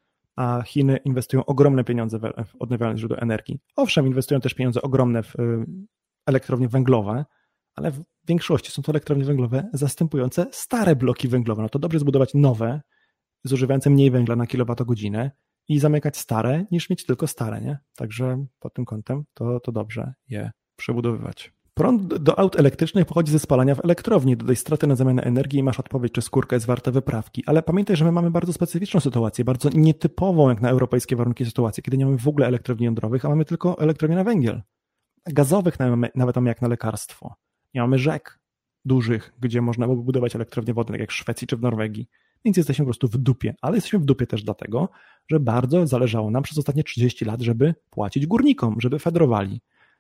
A Chiny inwestują ogromne pieniądze w odnawialne źródła energii. Owszem, inwestują też pieniądze ogromne w elektrownie węglowe, ale w większości są to elektrownie węglowe zastępujące stare bloki węglowe. No to dobrze zbudować nowe, zużywające mniej węgla na kilowatogodzinę i zamykać stare, niż mieć tylko stare, nie? Także pod tym kątem to, to dobrze je przebudowywać. Prąd do aut elektrycznych pochodzi ze spalania w elektrowni. Dodaj straty na zamianę energii i masz odpowiedź, czy skórka jest warta wyprawki. Ale pamiętaj, że my mamy bardzo specyficzną sytuację, bardzo nietypową jak na europejskie warunki sytuację, kiedy nie mamy w ogóle elektrowni jądrowych, a mamy tylko elektrownie na węgiel. Gazowych nawet mamy jak na lekarstwo. Nie mamy rzek dużych, gdzie można by budować elektrownie wodne, tak jak w Szwecji czy w Norwegii. Więc jesteśmy po prostu w dupie. Ale jesteśmy w dupie też dlatego, że bardzo zależało nam przez ostatnie trzydzieści lat, żeby płacić górnikom, żeby fedrowali.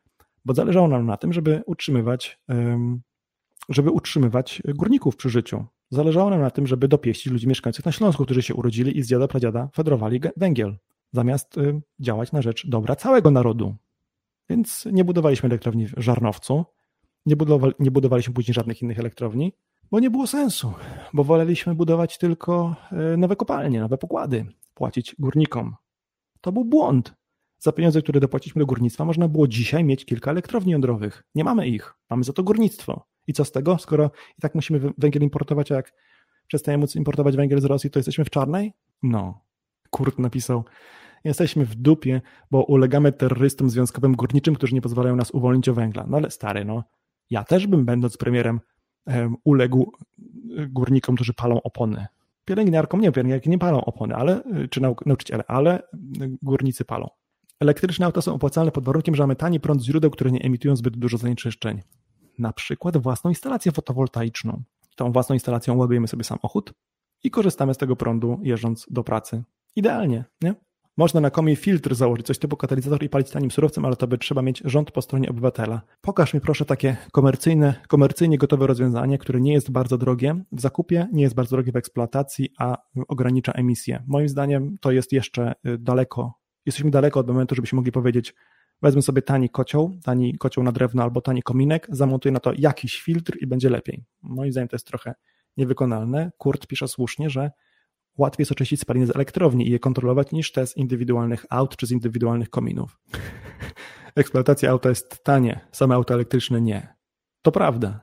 Bo zależało nam na tym, żeby utrzymywać, żeby utrzymywać górników przy życiu. Zależało nam na tym, żeby dopieścić ludzi mieszkających na Śląsku, którzy się urodzili i z dziada pradziada fedrowali węgiel, zamiast działać na rzecz dobra całego narodu. Więc nie budowaliśmy elektrowni w Żarnowcu, nie, budowali, nie budowaliśmy później żadnych innych elektrowni, bo nie było sensu, bo woleliśmy budować tylko nowe kopalnie, nowe pokłady, płacić górnikom. To był błąd. Za pieniądze, które dopłaciliśmy do górnictwa, można było dzisiaj mieć kilka elektrowni jądrowych. Nie mamy ich, mamy za to górnictwo. I co z tego, skoro i tak musimy węgiel importować, a jak przestajemy móc importować węgiel z Rosji, to jesteśmy w czarnej? No. Kurt napisał: jesteśmy w dupie, bo ulegamy terrorystom związkowym górniczym, którzy nie pozwalają nas uwolnić o węgla. No ale stary, no ja też bym, będąc premierem, um, uległ górnikom, którzy palą opony. Pielęgniarkom nie, pielęgniarki nie palą opony, ale, czy nau- nauczyciele, ale górnicy palą. Elektryczne auta są opłacalne pod warunkiem, że mamy tani prąd z źródeł, które nie emitują zbyt dużo zanieczyszczeń. Na przykład własną instalację fotowoltaiczną. Tą własną instalacją ładujemy sobie samochód i korzystamy z tego prądu jeżdżąc do pracy. Idealnie, nie? Można na komie filtr założyć, coś typu katalizator i palić tanim surowcem, ale to by trzeba mieć rząd po stronie obywatela. Pokaż mi proszę takie komercyjne, komercyjnie gotowe rozwiązanie, które nie jest bardzo drogie w zakupie, nie jest bardzo drogie w eksploatacji, a ogranicza emisję. Moim zdaniem to jest jeszcze daleko, jesteśmy daleko od momentu, żebyśmy mogli powiedzieć: wezmę sobie tani kocioł, tani kocioł na drewno albo tani kominek, zamontuję na to jakiś filtr i będzie lepiej. Moim zdaniem to jest trochę niewykonalne. Kurt pisze słusznie, że łatwiej jest oczyścić spaliny z elektrowni i je kontrolować niż te z indywidualnych aut czy z indywidualnych kominów. Eksploatacja auta jest tanie, same auta elektryczne nie. To prawda.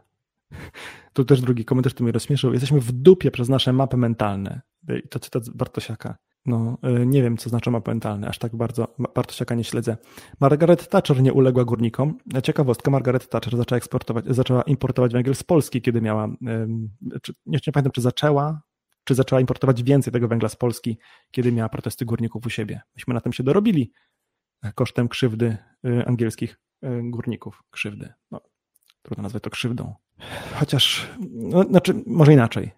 Tu też drugi komentarz, który mnie rozśmieszył. Jesteśmy w dupie przez nasze mapy mentalne. I to cytat z Bartosiaka. No, nie wiem, co znaczą mapy mentalne, aż tak bardzo Bartosiaka nie śledzę. Margaret Thatcher nie uległa górnikom. Ciekawostka, Margaret Thatcher zaczęła eksportować, zaczęła importować węgiel z Polski, kiedy miała, czy, nie, nie pamiętam, czy zaczęła, czy zaczęła importować więcej tego węgla z Polski, kiedy miała protesty górników u siebie. Myśmy na tym się dorobili kosztem krzywdy angielskich górników. Krzywdy. No, trudno nazwać to krzywdą. Chociaż, no, znaczy, może inaczej.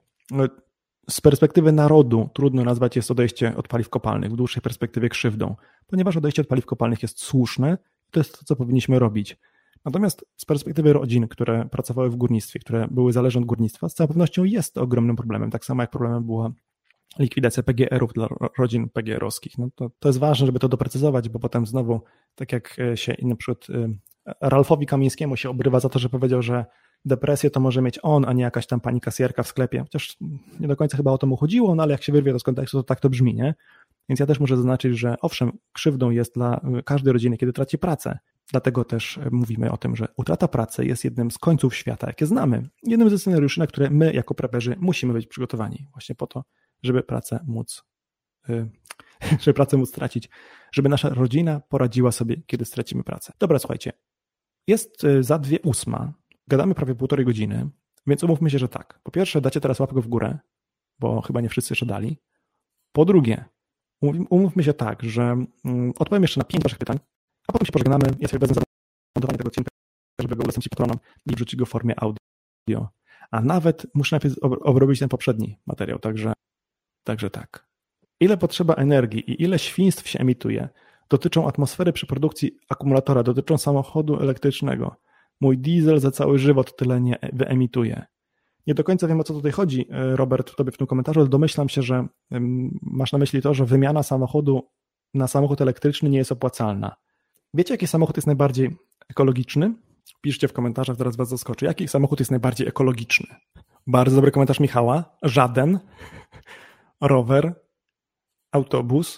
Z perspektywy narodu trudno nazwać jest odejście od paliw kopalnych, w dłuższej perspektywie krzywdą, ponieważ odejście od paliw kopalnych jest słuszne i to jest to, co powinniśmy robić. Natomiast z perspektywy rodzin, które pracowały w górnictwie, które były zależne od górnictwa, z całą pewnością jest to ogromnym problemem, tak samo jak problemem była likwidacja P G R-ów dla rodzin P G R-owskich. No to, to jest ważne, żeby to doprecyzować, bo potem znowu, tak jak się na przykład Ralfowi Kamińskiemu się obrywa za to, że powiedział, że depresję to może mieć on, a nie jakaś tam pani kasjerka w sklepie. Chociaż nie do końca chyba o to mu chodziło, no ale jak się wyrwie to z kontekstu, to tak to brzmi, nie? Więc ja też muszę zaznaczyć, że owszem, krzywdą jest dla każdej rodziny, kiedy traci pracę. Dlatego też mówimy o tym, że utrata pracy jest jednym z końców świata, jakie znamy. Jednym ze scenariuszy, na które my jako preperzy musimy być przygotowani. Właśnie po to, żeby pracę móc, yy, żeby pracę móc stracić. Żeby nasza rodzina poradziła sobie, kiedy stracimy pracę. Dobra, słuchajcie. Jest za dwie ósma. Gadamy prawie półtorej godziny, więc umówmy się, że tak. Po pierwsze, dacie teraz łapkę w górę, bo chyba nie wszyscy jeszcze dali. Po drugie, umówmy się tak, że odpowiem jeszcze na pięć waszych pytań, a potem się pożegnamy. Ja sobie wezmę zamontowanie tego odcinka, żeby go udostępnić patronom i wrzucić go w formie audio. A nawet muszę najpierw obrobić ten poprzedni materiał, także, także tak. Ile potrzeba energii i ile świństw się emituje, dotyczą atmosfery przy produkcji akumulatora, dotyczą samochodu elektrycznego. Mój diesel za cały żywot tyle nie wyemituje. Nie do końca wiem, o co tutaj chodzi, Robert, tobie w tym komentarzu, ale domyślam się, że masz na myśli to, że wymiana samochodu na samochód elektryczny nie jest opłacalna. Wiecie, jaki samochód jest najbardziej ekologiczny? Piszcie w komentarzach, zaraz was zaskoczy. Jaki samochód jest najbardziej ekologiczny? Bardzo dobry komentarz Michała. Żaden. Rower. Autobus.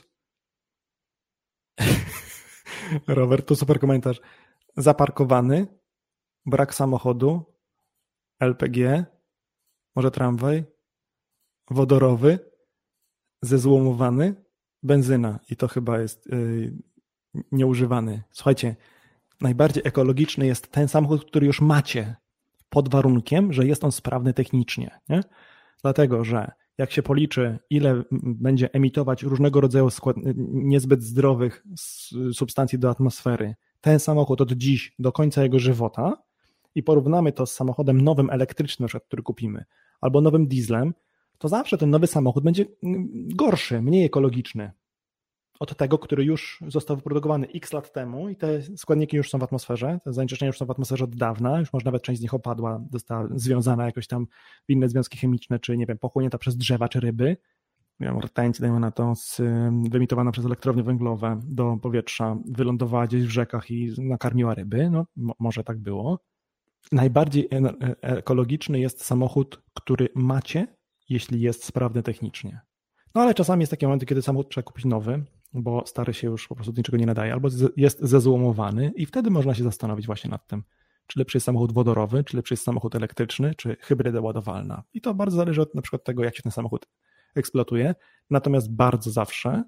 Robert, to super komentarz. Zaparkowany. Brak samochodu. L P G. Może tramwaj. Wodorowy. Zezłomowany. Benzyna. I to chyba jest yy, nieużywany. Słuchajcie, najbardziej ekologiczny jest ten samochód, który już macie, pod warunkiem, że jest on sprawny technicznie. Nie? Dlatego, że jak się policzy, ile będzie emitować różnego rodzaju skład... niezbyt zdrowych substancji do atmosfery, ten samochód od dziś do końca jego żywota i porównamy to z samochodem nowym elektrycznym, na przykład, który kupimy, albo nowym dieslem, to zawsze ten nowy samochód będzie gorszy, mniej ekologiczny od tego, który już został wyprodukowany x lat temu i te składniki już są w atmosferze, te zanieczyszczenia już są w atmosferze od dawna, już może nawet część z nich opadła, została związana jakoś tam w inne związki chemiczne, czy nie wiem, pochłonięta przez drzewa, czy ryby. Rtęć, dajmy na to, wyemitowana przez elektrownie węglowe do powietrza, wylądowała gdzieś w rzekach i nakarmiła ryby, no może tak było. Najbardziej ekologiczny jest samochód, który macie, jeśli jest sprawny technicznie. No ale czasami jest takie momenty, kiedy samochód trzeba kupić nowy, bo stary się już po prostu do niczego nie nadaje, albo jest zezłomowany i wtedy można się zastanowić właśnie nad tym, czy lepszy jest samochód wodorowy, czy lepszy jest samochód elektryczny, czy hybryda ładowalna. I to bardzo zależy od na przykład tego, jak się ten samochód eksploatuje. Natomiast bardzo zawsze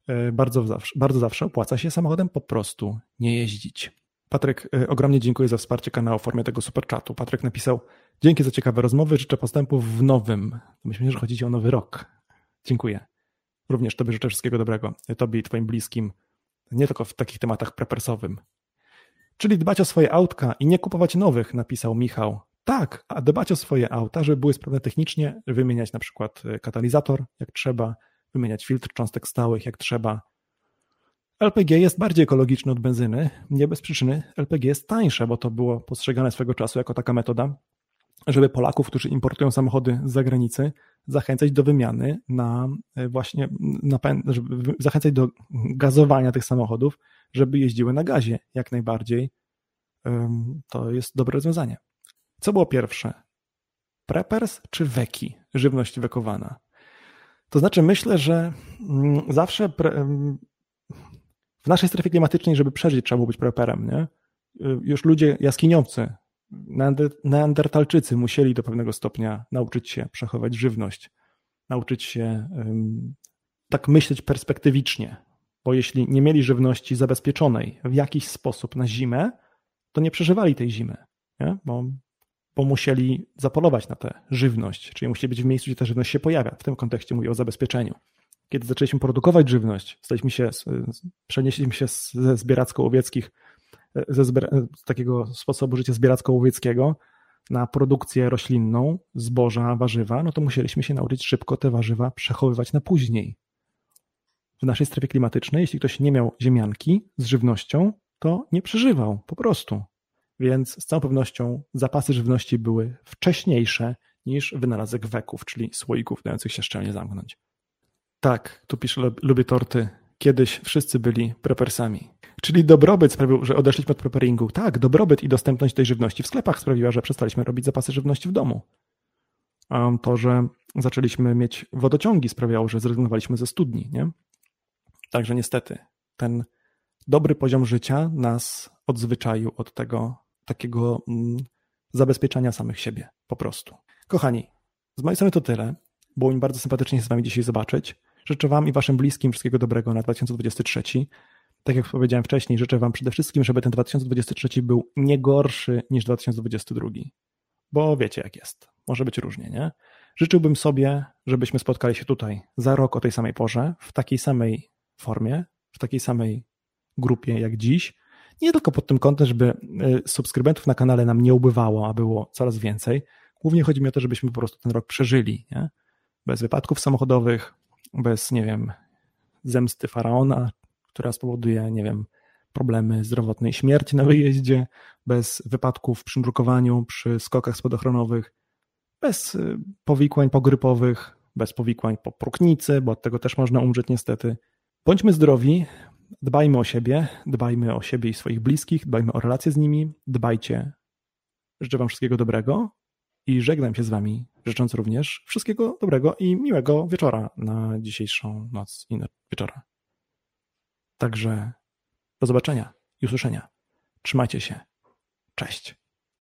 bardzo zawsze, bardzo zawsze opłaca się samochodem po prostu nie jeździć. Patryk, ogromnie dziękuję za wsparcie kanału w formie tego superchatu. Patryk napisał: dzięki za ciekawe rozmowy, życzę postępów w nowym. Myślę, że chodzi ci o nowy rok. Dziękuję. Również tobie życzę wszystkiego dobrego. Tobie i twoim bliskim. Nie tylko w takich tematach prepersowym. Czyli dbać o swoje autka i nie kupować nowych, napisał Michał. Tak, a dbać o swoje auta, żeby były sprawne technicznie, wymieniać na przykład katalizator jak trzeba, wymieniać filtr cząstek stałych jak trzeba. L P G jest bardziej ekologiczny od benzyny. Nie bez przyczyny L P G jest tańsze, bo to było postrzegane swego czasu jako taka metoda, żeby Polaków, którzy importują samochody z zagranicy, zachęcać do wymiany na właśnie, na, żeby zachęcać do gazowania tych samochodów, żeby jeździły na gazie jak najbardziej. To jest dobre rozwiązanie. Co było pierwsze? Preppers czy weki? Żywność wekowana. To znaczy myślę, że zawsze pre... w naszej strefie klimatycznej, żeby przeżyć, trzeba było być prepperem, nie? Już ludzie jaskiniowcy, neandertalczycy musieli do pewnego stopnia nauczyć się przechowywać żywność, nauczyć się um, tak myśleć perspektywicznie, bo jeśli nie mieli żywności zabezpieczonej w jakiś sposób na zimę, to nie przeżywali tej zimy, nie? Bo, bo musieli zapolować na tę żywność, czyli musieli być w miejscu, gdzie ta żywność się pojawia. W tym kontekście mówię o zabezpieczeniu. Kiedy zaczęliśmy produkować żywność, staliśmy się, przenieśliśmy się ze zbieracko-łowieckich, ze zbiera, z takiego sposobu życia zbieracko-łowieckiego na produkcję roślinną, zboża, warzywa, no to musieliśmy się nauczyć szybko te warzywa przechowywać na później. W naszej strefie klimatycznej, jeśli ktoś nie miał ziemianki z żywnością, to nie przeżywał, po prostu. Więc z całą pewnością zapasy żywności były wcześniejsze niż wynalazek weków, czyli słoików dających się szczelnie zamknąć. Tak, tu pisze, lubię torty. Kiedyś wszyscy byli prepersami. Czyli dobrobyt sprawił, że odeszliśmy od prepperingu. Tak, dobrobyt i dostępność tej żywności w sklepach sprawiła, że przestaliśmy robić zapasy żywności w domu. A to, że zaczęliśmy mieć wodociągi, sprawiało, że zrezygnowaliśmy ze studni, nie? Także niestety ten dobry poziom życia nas odzwyczaił od tego takiego mm, zabezpieczania samych siebie po prostu. Kochani, z mojej strony to tyle. Było mi bardzo sympatycznie się z wami dzisiaj zobaczyć. Życzę wam i waszym bliskim wszystkiego dobrego na dwa tysiące dwudziesty trzeci. Tak jak powiedziałem wcześniej, życzę wam przede wszystkim, żeby ten dwa tysiące dwudziesty trzeci był nie gorszy niż dwa tysiące dwudziesty drugi. Bo wiecie jak jest. Może być różnie, nie? Życzyłbym sobie, żebyśmy spotkali się tutaj za rok o tej samej porze, w takiej samej formie, w takiej samej grupie jak dziś. Nie tylko pod tym kątem, żeby subskrybentów na kanale nam nie ubywało, a było coraz więcej. Głównie chodzi mi o to, żebyśmy po prostu ten rok przeżyli, nie? Bez wypadków samochodowych, bez, nie wiem, zemsty faraona, która spowoduje, nie wiem, problemy zdrowotne i śmierć na wyjeździe, bez wypadków przy nurkowaniu, przy skokach spadochronowych, bez powikłań pogrypowych, bez powikłań po próchnicy, bo od tego też można umrzeć niestety. Bądźmy zdrowi, dbajmy o siebie, dbajmy o siebie i swoich bliskich, dbajmy o relacje z nimi, dbajcie. Życzę wam wszystkiego dobrego i żegnam się z wami, życząc również wszystkiego dobrego i miłego wieczora na dzisiejszą noc i wieczora. Także do zobaczenia i usłyszenia. Trzymajcie się. Cześć.